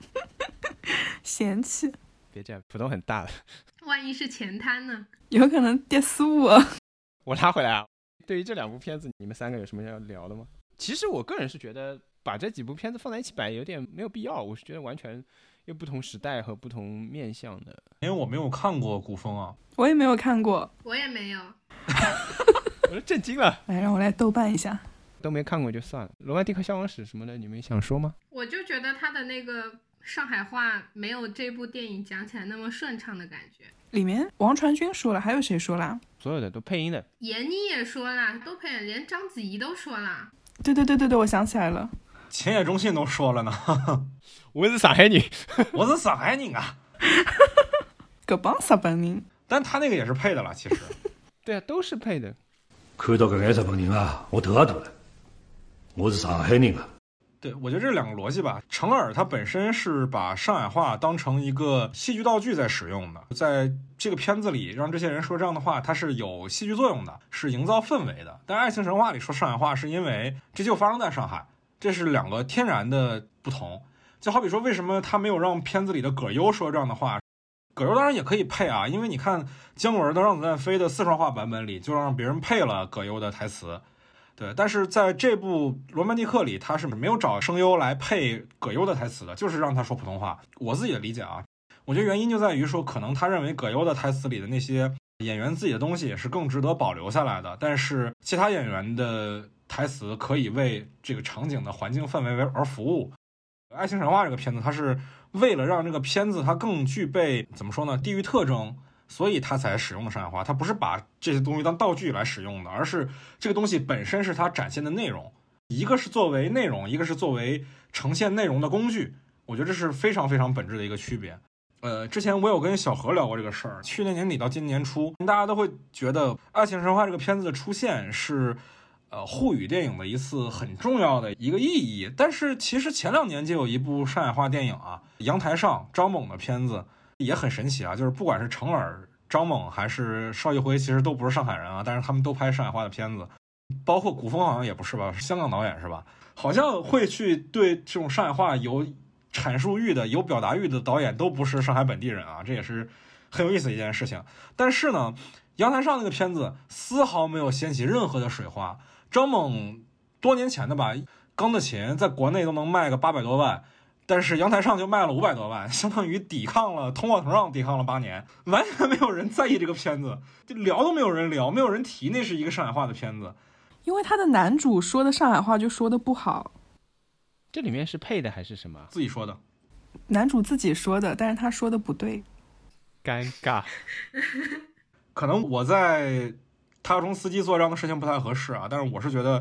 嫌弃。
别这样，浦东很大的，
万一是前滩呢？
有可能跌速啊。
我拉回来啊，对于这2部片子，你们3个有什么要聊的吗？其实我个人是觉得把这几部片子放在一起摆有点没有必要，我是觉得完全有不同时代和不同面向的。
因为我没有看过古风啊。
我也没有看过。
我也没有。
我都震惊了。
来，让我来豆瓣一下。
都没看过就算了。罗曼蒂克消亡史什么的，你们想说吗？
我就觉得他的那个上海话没有这部电影讲起来那么顺畅的感觉。
里面王传君说了，还有谁说了？
所有的都配音的。
闫妮也说了，都配，连章子怡都说了。
对，我想起来了，
前野忠信都说了呢。
我是上海人。
我是上海人啊。
搿帮日本人。
但他那个也是配的了，其实。
对啊，都是配的。
看到搿眼日本人啊，我头也大了。我是上海人啊。
对，我觉得这2个逻辑吧。成尔他本身是把上海话当成一个戏剧道具在使用的，在这个片子里让这些人说这样的话，它是有戏剧作用的，是营造氛围的。但爱情神话里说上海话是因为这就发生在上海，这是2个天然的不同。就好比说为什么他没有让片子里的葛优说这样的话，葛优当然也可以配啊，因为你看姜文的《让子弹飞》的四川话版本里就让别人配了葛优的台词。对，但是在这部《罗曼蒂克》里，他是没有找声优来配葛优的台词的，就是让他说普通话。我自己的理解啊，我觉得原因就在于说，可能他认为葛优的台词里的那些演员自己的东西也是更值得保留下来的，但是其他演员的台词可以为这个场景的环境氛围而服务。《爱情神话》这个片子，它是为了让这个片子它更具备怎么说呢，地域特征，所以他才使用的上海话。他不是把这些东西当道具来使用的，而是这个东西本身是他展现的内容，一个是作为内容，一个是作为呈现内容的工具。我觉得这是非常非常本质的一个区别。之前我有跟小何聊过这个事儿，去年年底到今年初，大家都会觉得《爱情神话》这个片子的出现是沪语电影的一次很重要的一个意义。但是其实前2年就有一部上海话电影啊，阳台上张猛的片子也很神奇啊，就是不管是成尔、张猛还是邵艺辉，其实都不是上海人啊，但是他们都拍上海话的片子，包括古风好像也不是吧，是香港导演是吧？好像会去对这种上海话有阐述欲的、有表达欲的导演都不是上海本地人啊，这也是很有意思的一件事情。但是呢，阳台上那个片子丝毫没有掀起任何的水花。张猛多年前的吧，钢的琴在国内都能卖个800多万，但是阳台上就卖了500多万，相当于抵抗了通货膨胀，抵抗了8年，完全没有人在意这个片子，就聊都没有人聊，没有人提那是一个上海话的片子。
因为他的男主说的上海话就说的不好。
这里面是配的还是什么？
自己说的。
男主自己说的，但是他说的不对。
尴尬。
可能我在他中司机做这样的事情不太合适啊，但是我是觉得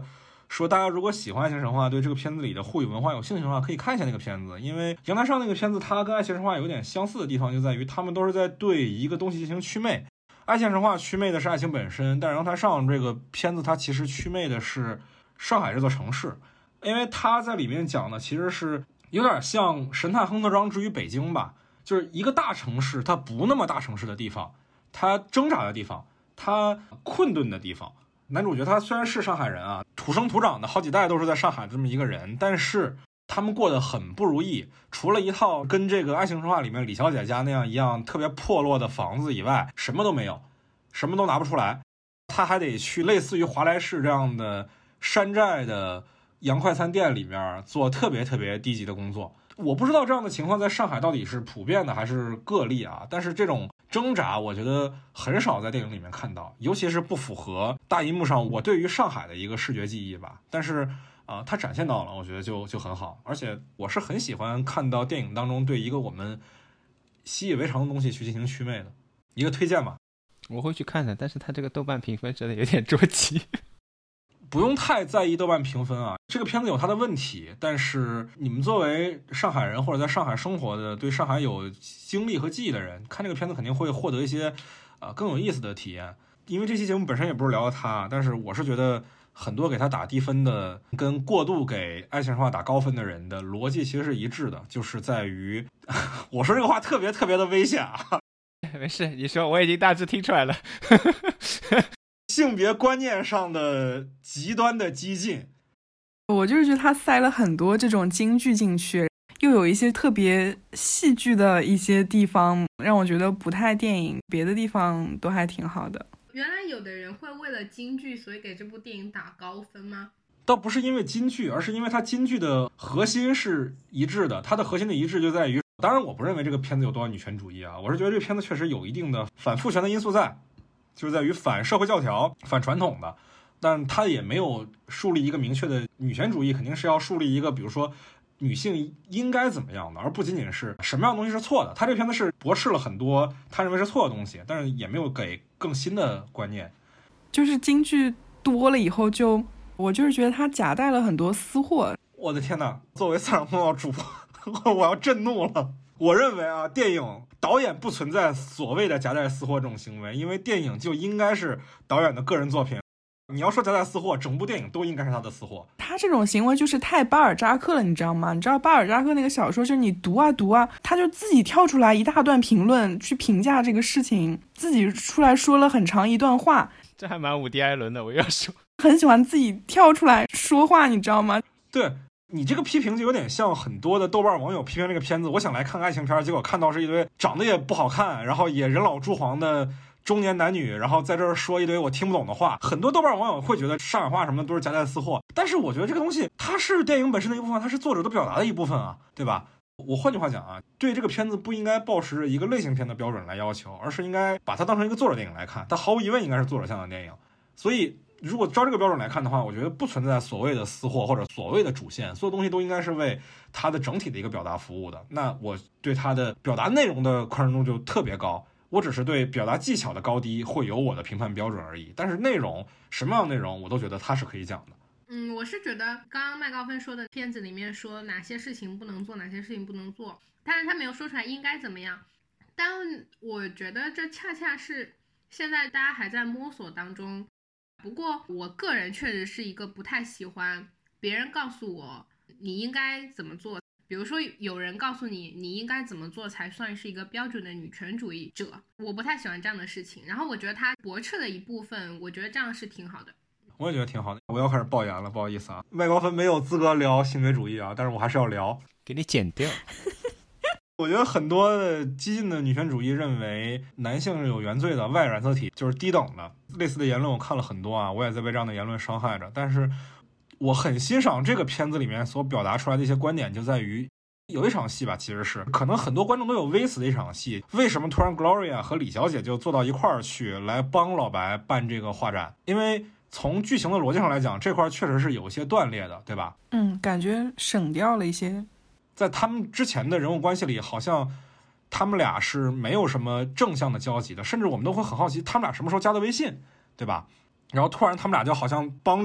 说大家如果喜欢《爱情神话》，对这个片子里的沪语文化有兴趣的话，可以看一下那个片子。因为阳台上那个片子，它跟《爱情神话》有点相似的地方，就在于他们都是在对一个东西进行祛魅。《爱情神话》祛魅的是爱情本身，但是阳台上这个片子它其实祛魅的是上海这座城市，因为它在里面讲的其实是有点像《神探亨特章之于北京》吧，就是一个大城市，它不那么大城市的地方，它挣扎的地方，它困顿的地方。男主角他虽然是上海人啊，土生土长的，好几代都是在上海这么一个人，但是他们过得很不如意。除了一套跟这个《爱情神话》里面李小姐家那样一样特别破落的房子以外，什么都没有，什么都拿不出来。他还得去类似于华莱士这样的山寨的洋快餐店里面做特别特别低级的工作。我不知道这样的情况在上海到底是普遍的还是个例啊，但是这种挣扎我觉得很少在电影里面看到，尤其是不符合大荧幕上我对于上海的一个视觉记忆吧。但是它展现到了，我觉得就很好。而且我是很喜欢看到电影当中对一个我们习以为常的东西去进行祛魅的，一个推荐吧。
我会去看的，但是它这个豆瓣评分真的有点捉急。
不用太在意豆瓣评分啊，这个片子有它的问题，但是你们作为上海人或者在上海生活的，对上海有经历和记忆的人，看这个片子肯定会获得一些更有意思的体验。因为这期节目本身也不是聊到它，但是我是觉得很多给他打低分的跟过度给爱情神话打高分的人的逻辑其实是一致的，就是在于我说这个话特别特别的危险啊。
没事，你说，我已经大致听出来了。
性别观念上的极端的激进，
我就是觉得他塞了很多这种京剧进去，又有一些特别戏剧的一些地方，让我觉得不太电影，别的地方都还挺好的。
原来有的人会为了京剧所以给这部电影打高分吗？
倒不是因为京剧，而是因为它京剧的核心是一致的。它的核心的一致就在于，当然我不认为这个片子有多少女权主义啊，我是觉得这个片子确实有一定的反父权的因素在，就是在于反社会教条、反传统的，但它也没有树立一个明确的女权主义，肯定是要树立一个比如说女性应该怎么样的，而不仅仅是什么样的东西是错的。他这个片子是驳斥了很多他认为是错的东西，但是也没有给更新的观念。
就是京剧多了以后我就是觉得他夹带了很多私货。
我的天哪，作为三场通道主播我要震怒了。我认为啊，电影导演不存在所谓的夹带私货这种行为，因为电影就应该是导演的个人作品。你要说夹带私货，整部电影都应该是他的私货。
他这种行为就是太巴尔扎克了，你知道吗？你知道巴尔扎克那个小说，就是你读啊读啊，他就自己跳出来一大段评论去评价这个事情，自己出来说了很长一段话。
这还蛮伍迪·艾伦的，我要说，
很喜欢自己跳出来说话，你知道吗？
对，你这个批评就有点像很多的豆瓣网友批评这个片子，我想来看爱情片，结果看到是一堆长得也不好看，然后也人老珠黄的中年男女，然后在这儿说一堆我听不懂的话。很多豆瓣网友会觉得上海话什么的都是夹带私货，但是我觉得这个东西它是电影本身的一部分，它是作者的表达的一部分啊，对吧？我换句话讲啊，对这个片子不应该抱持一个类型片的标准来要求，而是应该把它当成一个作者电影来看，它毫无疑问应该是作者向的电影。所以如果照这个标准来看的话，我觉得不存在所谓的私货或者所谓的主线，所有东西都应该是为它的整体的一个表达服务的。那我对它的表达内容的宽容度就特别高，我只是对表达技巧的高低会有我的评判标准而已。但是内容，什么样的内容我都觉得它是可以讲的。
我是觉得刚刚麦高芬说的片子里面说哪些事情不能做，哪些事情不能做，但是他没有说出来应该怎么样。但我觉得这恰恰是现在大家还在摸索当中。不过我个人确实是一个不太喜欢别人告诉我你应该怎么做，比如说有人告诉你你应该怎么做才算是一个标准的女权主义者，我不太喜欢这样的事情。然后我觉得他驳斥的一部分，我觉得这样是挺好的。
我也觉得挺好的。我要开始爆言了，不好意思啊，麦高芬没有资格聊性别主义啊，但是我还是要聊，
给你剪掉。
我觉得很多的激进的女权主义认为男性是有原罪的，外染色体就是低等的，类似的言论我看了很多啊，我也在被这样的言论伤害着。但是我很欣赏这个片子里面所表达出来的一些观点，就在于有一场戏吧，其实是可能很多观众都有微词的一场戏，为什么突然 Gloria 和李小姐就坐到一块儿去来帮老白办这个画展？因为从剧情的逻辑上来讲，这块确实是有些断裂的，对吧？
感觉省掉了一些。
在他们之前的人物关系里，好像他们俩是没有什么正向的交集的，甚至我们都会很好奇他们俩什么时候加的微信，对吧？然后突然他们俩就好像帮着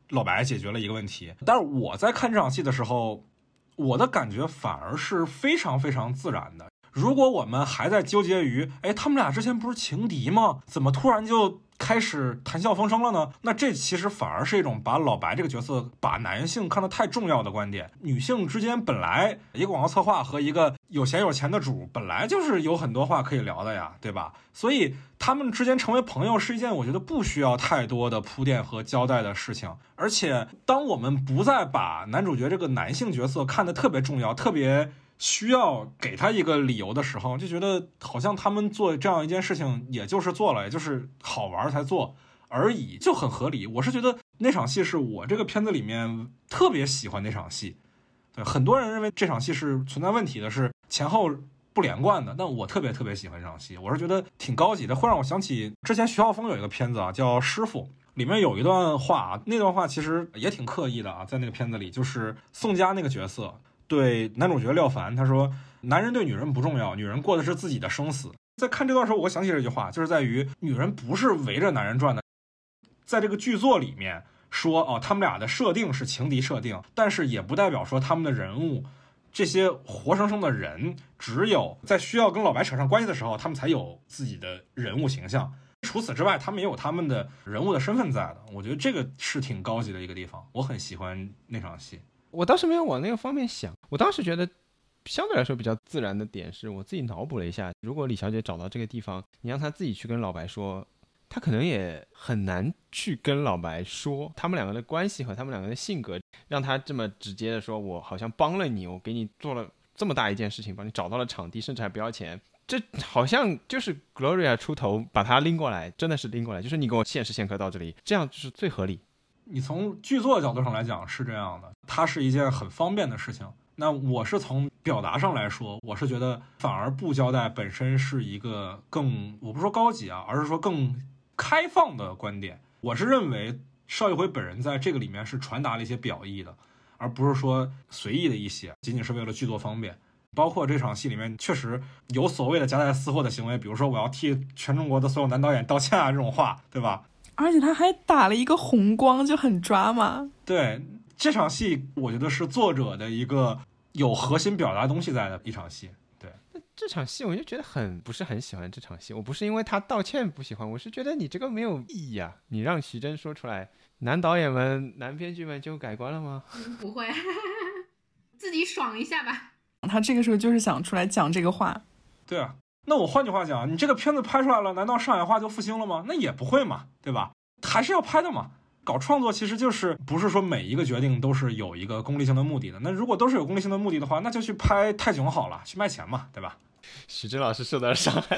老白解决了一个问题。但是我在看这场戏的时候，我的感觉反而是非常非常自然的。如果我们还在纠结于他们俩之前不是情敌吗？怎么突然就开始谈笑风生了呢？那这其实反而是一种把老白这个角色把男性看得太重要的观点。女性之间本来一个广告策划和一个有钱的主本来就是有很多话可以聊的呀，对吧？所以他们之间成为朋友是一件我觉得不需要太多的铺垫和交代的事情。而且当我们不再把男主角这个男性角色看得特别重要，特别需要给他一个理由的时候，就觉得好像他们做这样一件事情也就是做了，也就是好玩才做而已，就很合理。我是觉得那场戏是我这个片子里面特别喜欢那场戏。对，很多人认为这场戏是存在问题的，是前后不连贯的，但我特别喜欢这场戏。我是觉得挺高级的，会让我想起之前徐浩峰有一个片子啊，叫《师傅》，里面有一段话，那段话其实也挺刻意的啊，在那个片子里，就是宋佳那个角色对男主角廖凡他说，男人对女人不重要，女人过的是自己的生死。在看这段时候，我想起这句话，就是在于女人不是围着男人转的。在这个剧作里面说他们俩的设定是情敌设定，但是也不代表说他们的人物，这些活生生的人，只有在需要跟老白扯上关系的时候，他们才有自己的人物形象。除此之外，他们也有他们的人物的身份在的。我觉得这个是挺高级的一个地方，我很喜欢那场戏。
我当时没有往那个方面想，我当时觉得相对来说比较自然的点是我自己脑补了一下，如果李小姐找到这个地方，你让她自己去跟老白说，她可能也很难去跟老白说他们两个的关系和他们两个的性格，让她这么直接的说我好像帮了你，我给你做了这么大一件事情，帮你找到了场地，甚至还不要钱。这好像就是 Gloria 出头把她拎过来，真的是拎过来，就是你给我限时限刻到这里，这样就是最合理。
你从剧作角度上来讲是这样的，它是一件很方便的事情。那我是从表达上来说，我是觉得反而不交代本身是一个更，我不说高级啊，而是说更开放的观点。我是认为邵艺辉本人在这个里面是传达了一些表意的，而不是说随意的一些，仅仅是为了剧作方便。包括这场戏里面确实有所谓的夹带私货的行为，比如说我要替全中国的所有男导演道歉啊，这种话，对吧？
而且他还打了一个红光，就很抓嘛。
对，这场戏我觉得是作者的一个有核心表达东西在的一场戏。对，
这场戏我就觉得不是很喜欢这场戏。我不是因为他道歉不喜欢，我是觉得你这个没有意义啊。你让徐峥说出来，男导演们、男编剧们就改观了吗？
不会，自己爽一下吧。
他这个时候就是想出来讲这个话。
对啊。那我换句话讲，你这个片子拍出来了，难道上海话就复兴了吗？那也不会嘛，对吧？还是要拍的嘛。搞创作其实就是不是说每一个决定都是有一个功利性的目的的。那如果都是有功利性的目的的话，那就去拍泰囧好了，去卖钱嘛，对吧？
徐峥老师受到了伤害。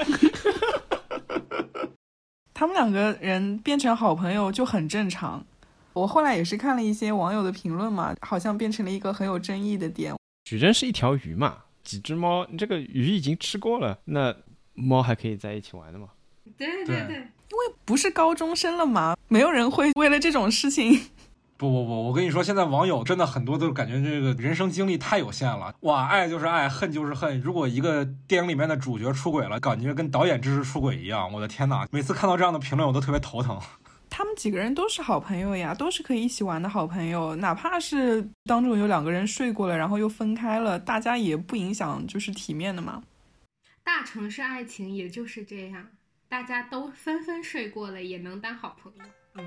他们两个人变成好朋友就很正常。我后来也是看了一些网友的评论嘛，好像变成了一个很有争议的点。
徐峥是一条鱼嘛，几只猫，你这个鱼已经吃过了，那猫还可以在一起玩的吗？
对，
因为不是高中生了嘛，没有人会为了这种事情。
不，我跟你说，现在网友真的很多都感觉这个人生经历太有限了。哇，爱就是爱，恨就是恨。如果一个电影里面的主角出轨了，感觉跟导演支持出轨一样，我的天哪！每次看到这样的评论，我都特别头疼。
他们几个人都是好朋友呀，都是可以一起玩的好朋友，哪怕是当中有两个人睡过了，然后又分开了，大家也不影响就是体面的嘛。
大城市爱情也就是这样，大家都纷纷睡过了，也能当好朋友。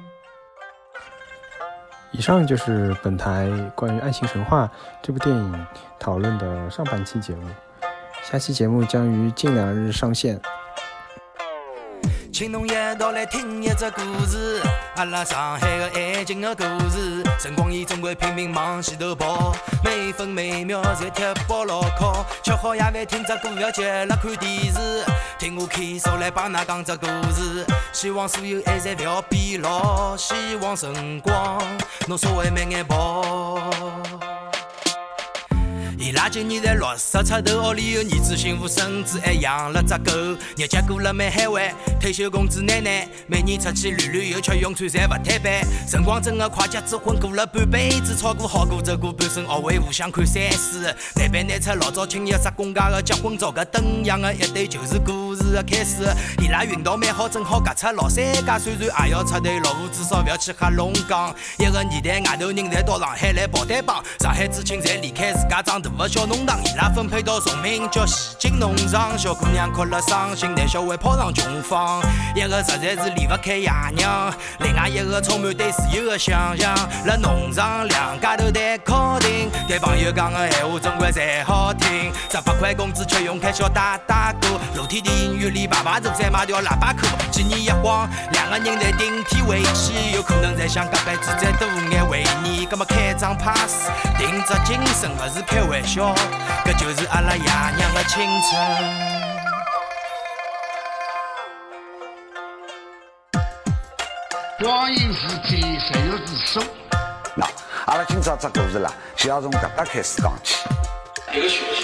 以上就是本台关于《爱情神话》这部电影讨论的上半期节目，下期节目将于近2日上线。
请侬一道来听一只故事，阿拉上海的爱情的故事。辰光伊总归拼命往前头跑，每分每秒侪贴饱牢靠。吃好夜饭听只歌，要接了看电视，听我开手来帮㑚讲只故事。希望所有爱侪勿要变老，希望辰光侬稍微慢眼跑。 伊拉今年才60出头，屋里有儿子媳妇孙子，还养了只狗。日脚过了蛮海湾，退休工资奶奶，每年出去旅游吃用餐侪勿摊板。辰光真的快，结子婚过了半辈子，吵过好过走过半生，学会互相看山水。难办难出老早青日杀公家的结婚照，搿灯样的一对就是故事的开始。伊拉运道蛮好，正好夹出老三家，虽然也要出队，老婆至少勿要去黑龙江。一个年代外头人侪到上海来跑单帮，上海知青侪离开自家长大的小弄堂，伊拉分配到崇明叫西京农场。小姑娘哭了伤心，男小孩跑上穷房。一个实在是离不开爷娘，另外一个充满对自由的想象。辣农场两家头谈敲定，对朋友讲的闲话总归侪好听。18块工资吃用开销打打鼓，露天电影院里排排坐再买条喇叭裤。几年一晃，两个人在顶天回去，有可能在想隔辈子再多眼回忆。葛么开张 pass， 定着精神不是开玩笑，搿就是阿拉爷娘的青春。
光阴似箭，谁有自首？
那阿拉今朝这故事啦，先要从搿搭开始讲起。
一个学习。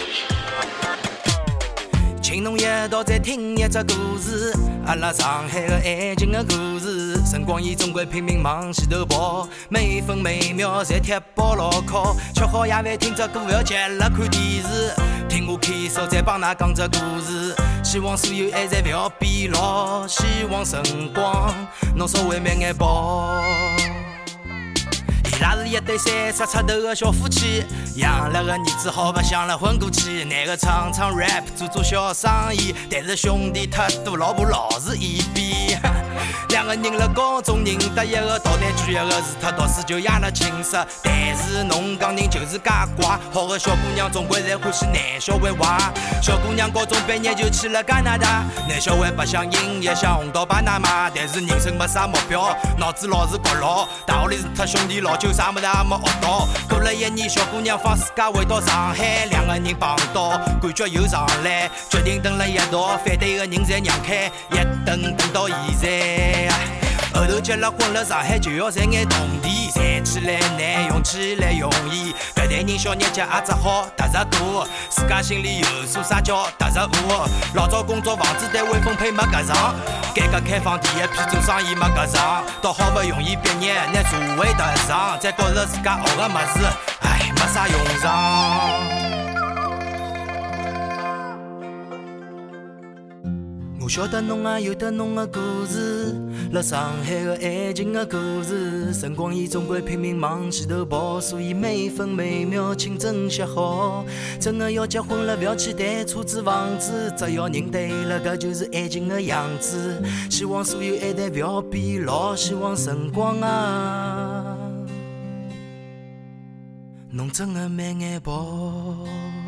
青农一道再听一只故事，阿拉上海的爱情的故事。辰光伊总归拼命往前头跑，每分每秒侪贴饱牢靠。吃好夜饭听着歌，勿要急了看电视。听我开手再帮㑚讲只故事。希望所有爱侪勿要变老，希望辰光侬稍微慢眼跑。伊拉是一对30出头的小夫妻，养了个儿子好白相了混过去。男的唱唱 rap， 做做小生意，但是兄弟太多，老婆老是一边。两个人了高中认得，一个捣蛋鬼，一个除脱读书就压了青涩。但是侬讲人就是介怪，好的小姑娘总归侪欢喜男小孩坏。小姑娘高中毕业就去了加拿大，男小孩白相音乐，想红到巴拿马，但是人生没啥目标，脑子老是搞牢。大学里除脱兄弟老酒，啥么子也没学到。过了1年，小姑娘放暑假回到上海，两个人碰到，感觉又上来，决定蹲了一道，反对的人侪让开，一等到现在。后头结了婚了，上海就要赚眼铜钿，赚起来难，用起来容易。搿代人小日脚也只好踏实过，自家心里有数，啥叫踏实过？老早工作房子单位分配没搿上，改革开放第一批做生意没搿上，到好不容易毕业，拿社会踏上，再觉着自家学个物事，唉，没啥用场。我晓得侬也有得侬的故事，辣上海的爱情的故事。辰光伊总归拼命往前头跑，所以每分每秒请珍惜好。真的要结婚了，勿要去谈车子房子，只要人对了，搿就是爱情的样子。希望所有爱淡勿要变老，希望辰光啊，侬真的慢眼跑。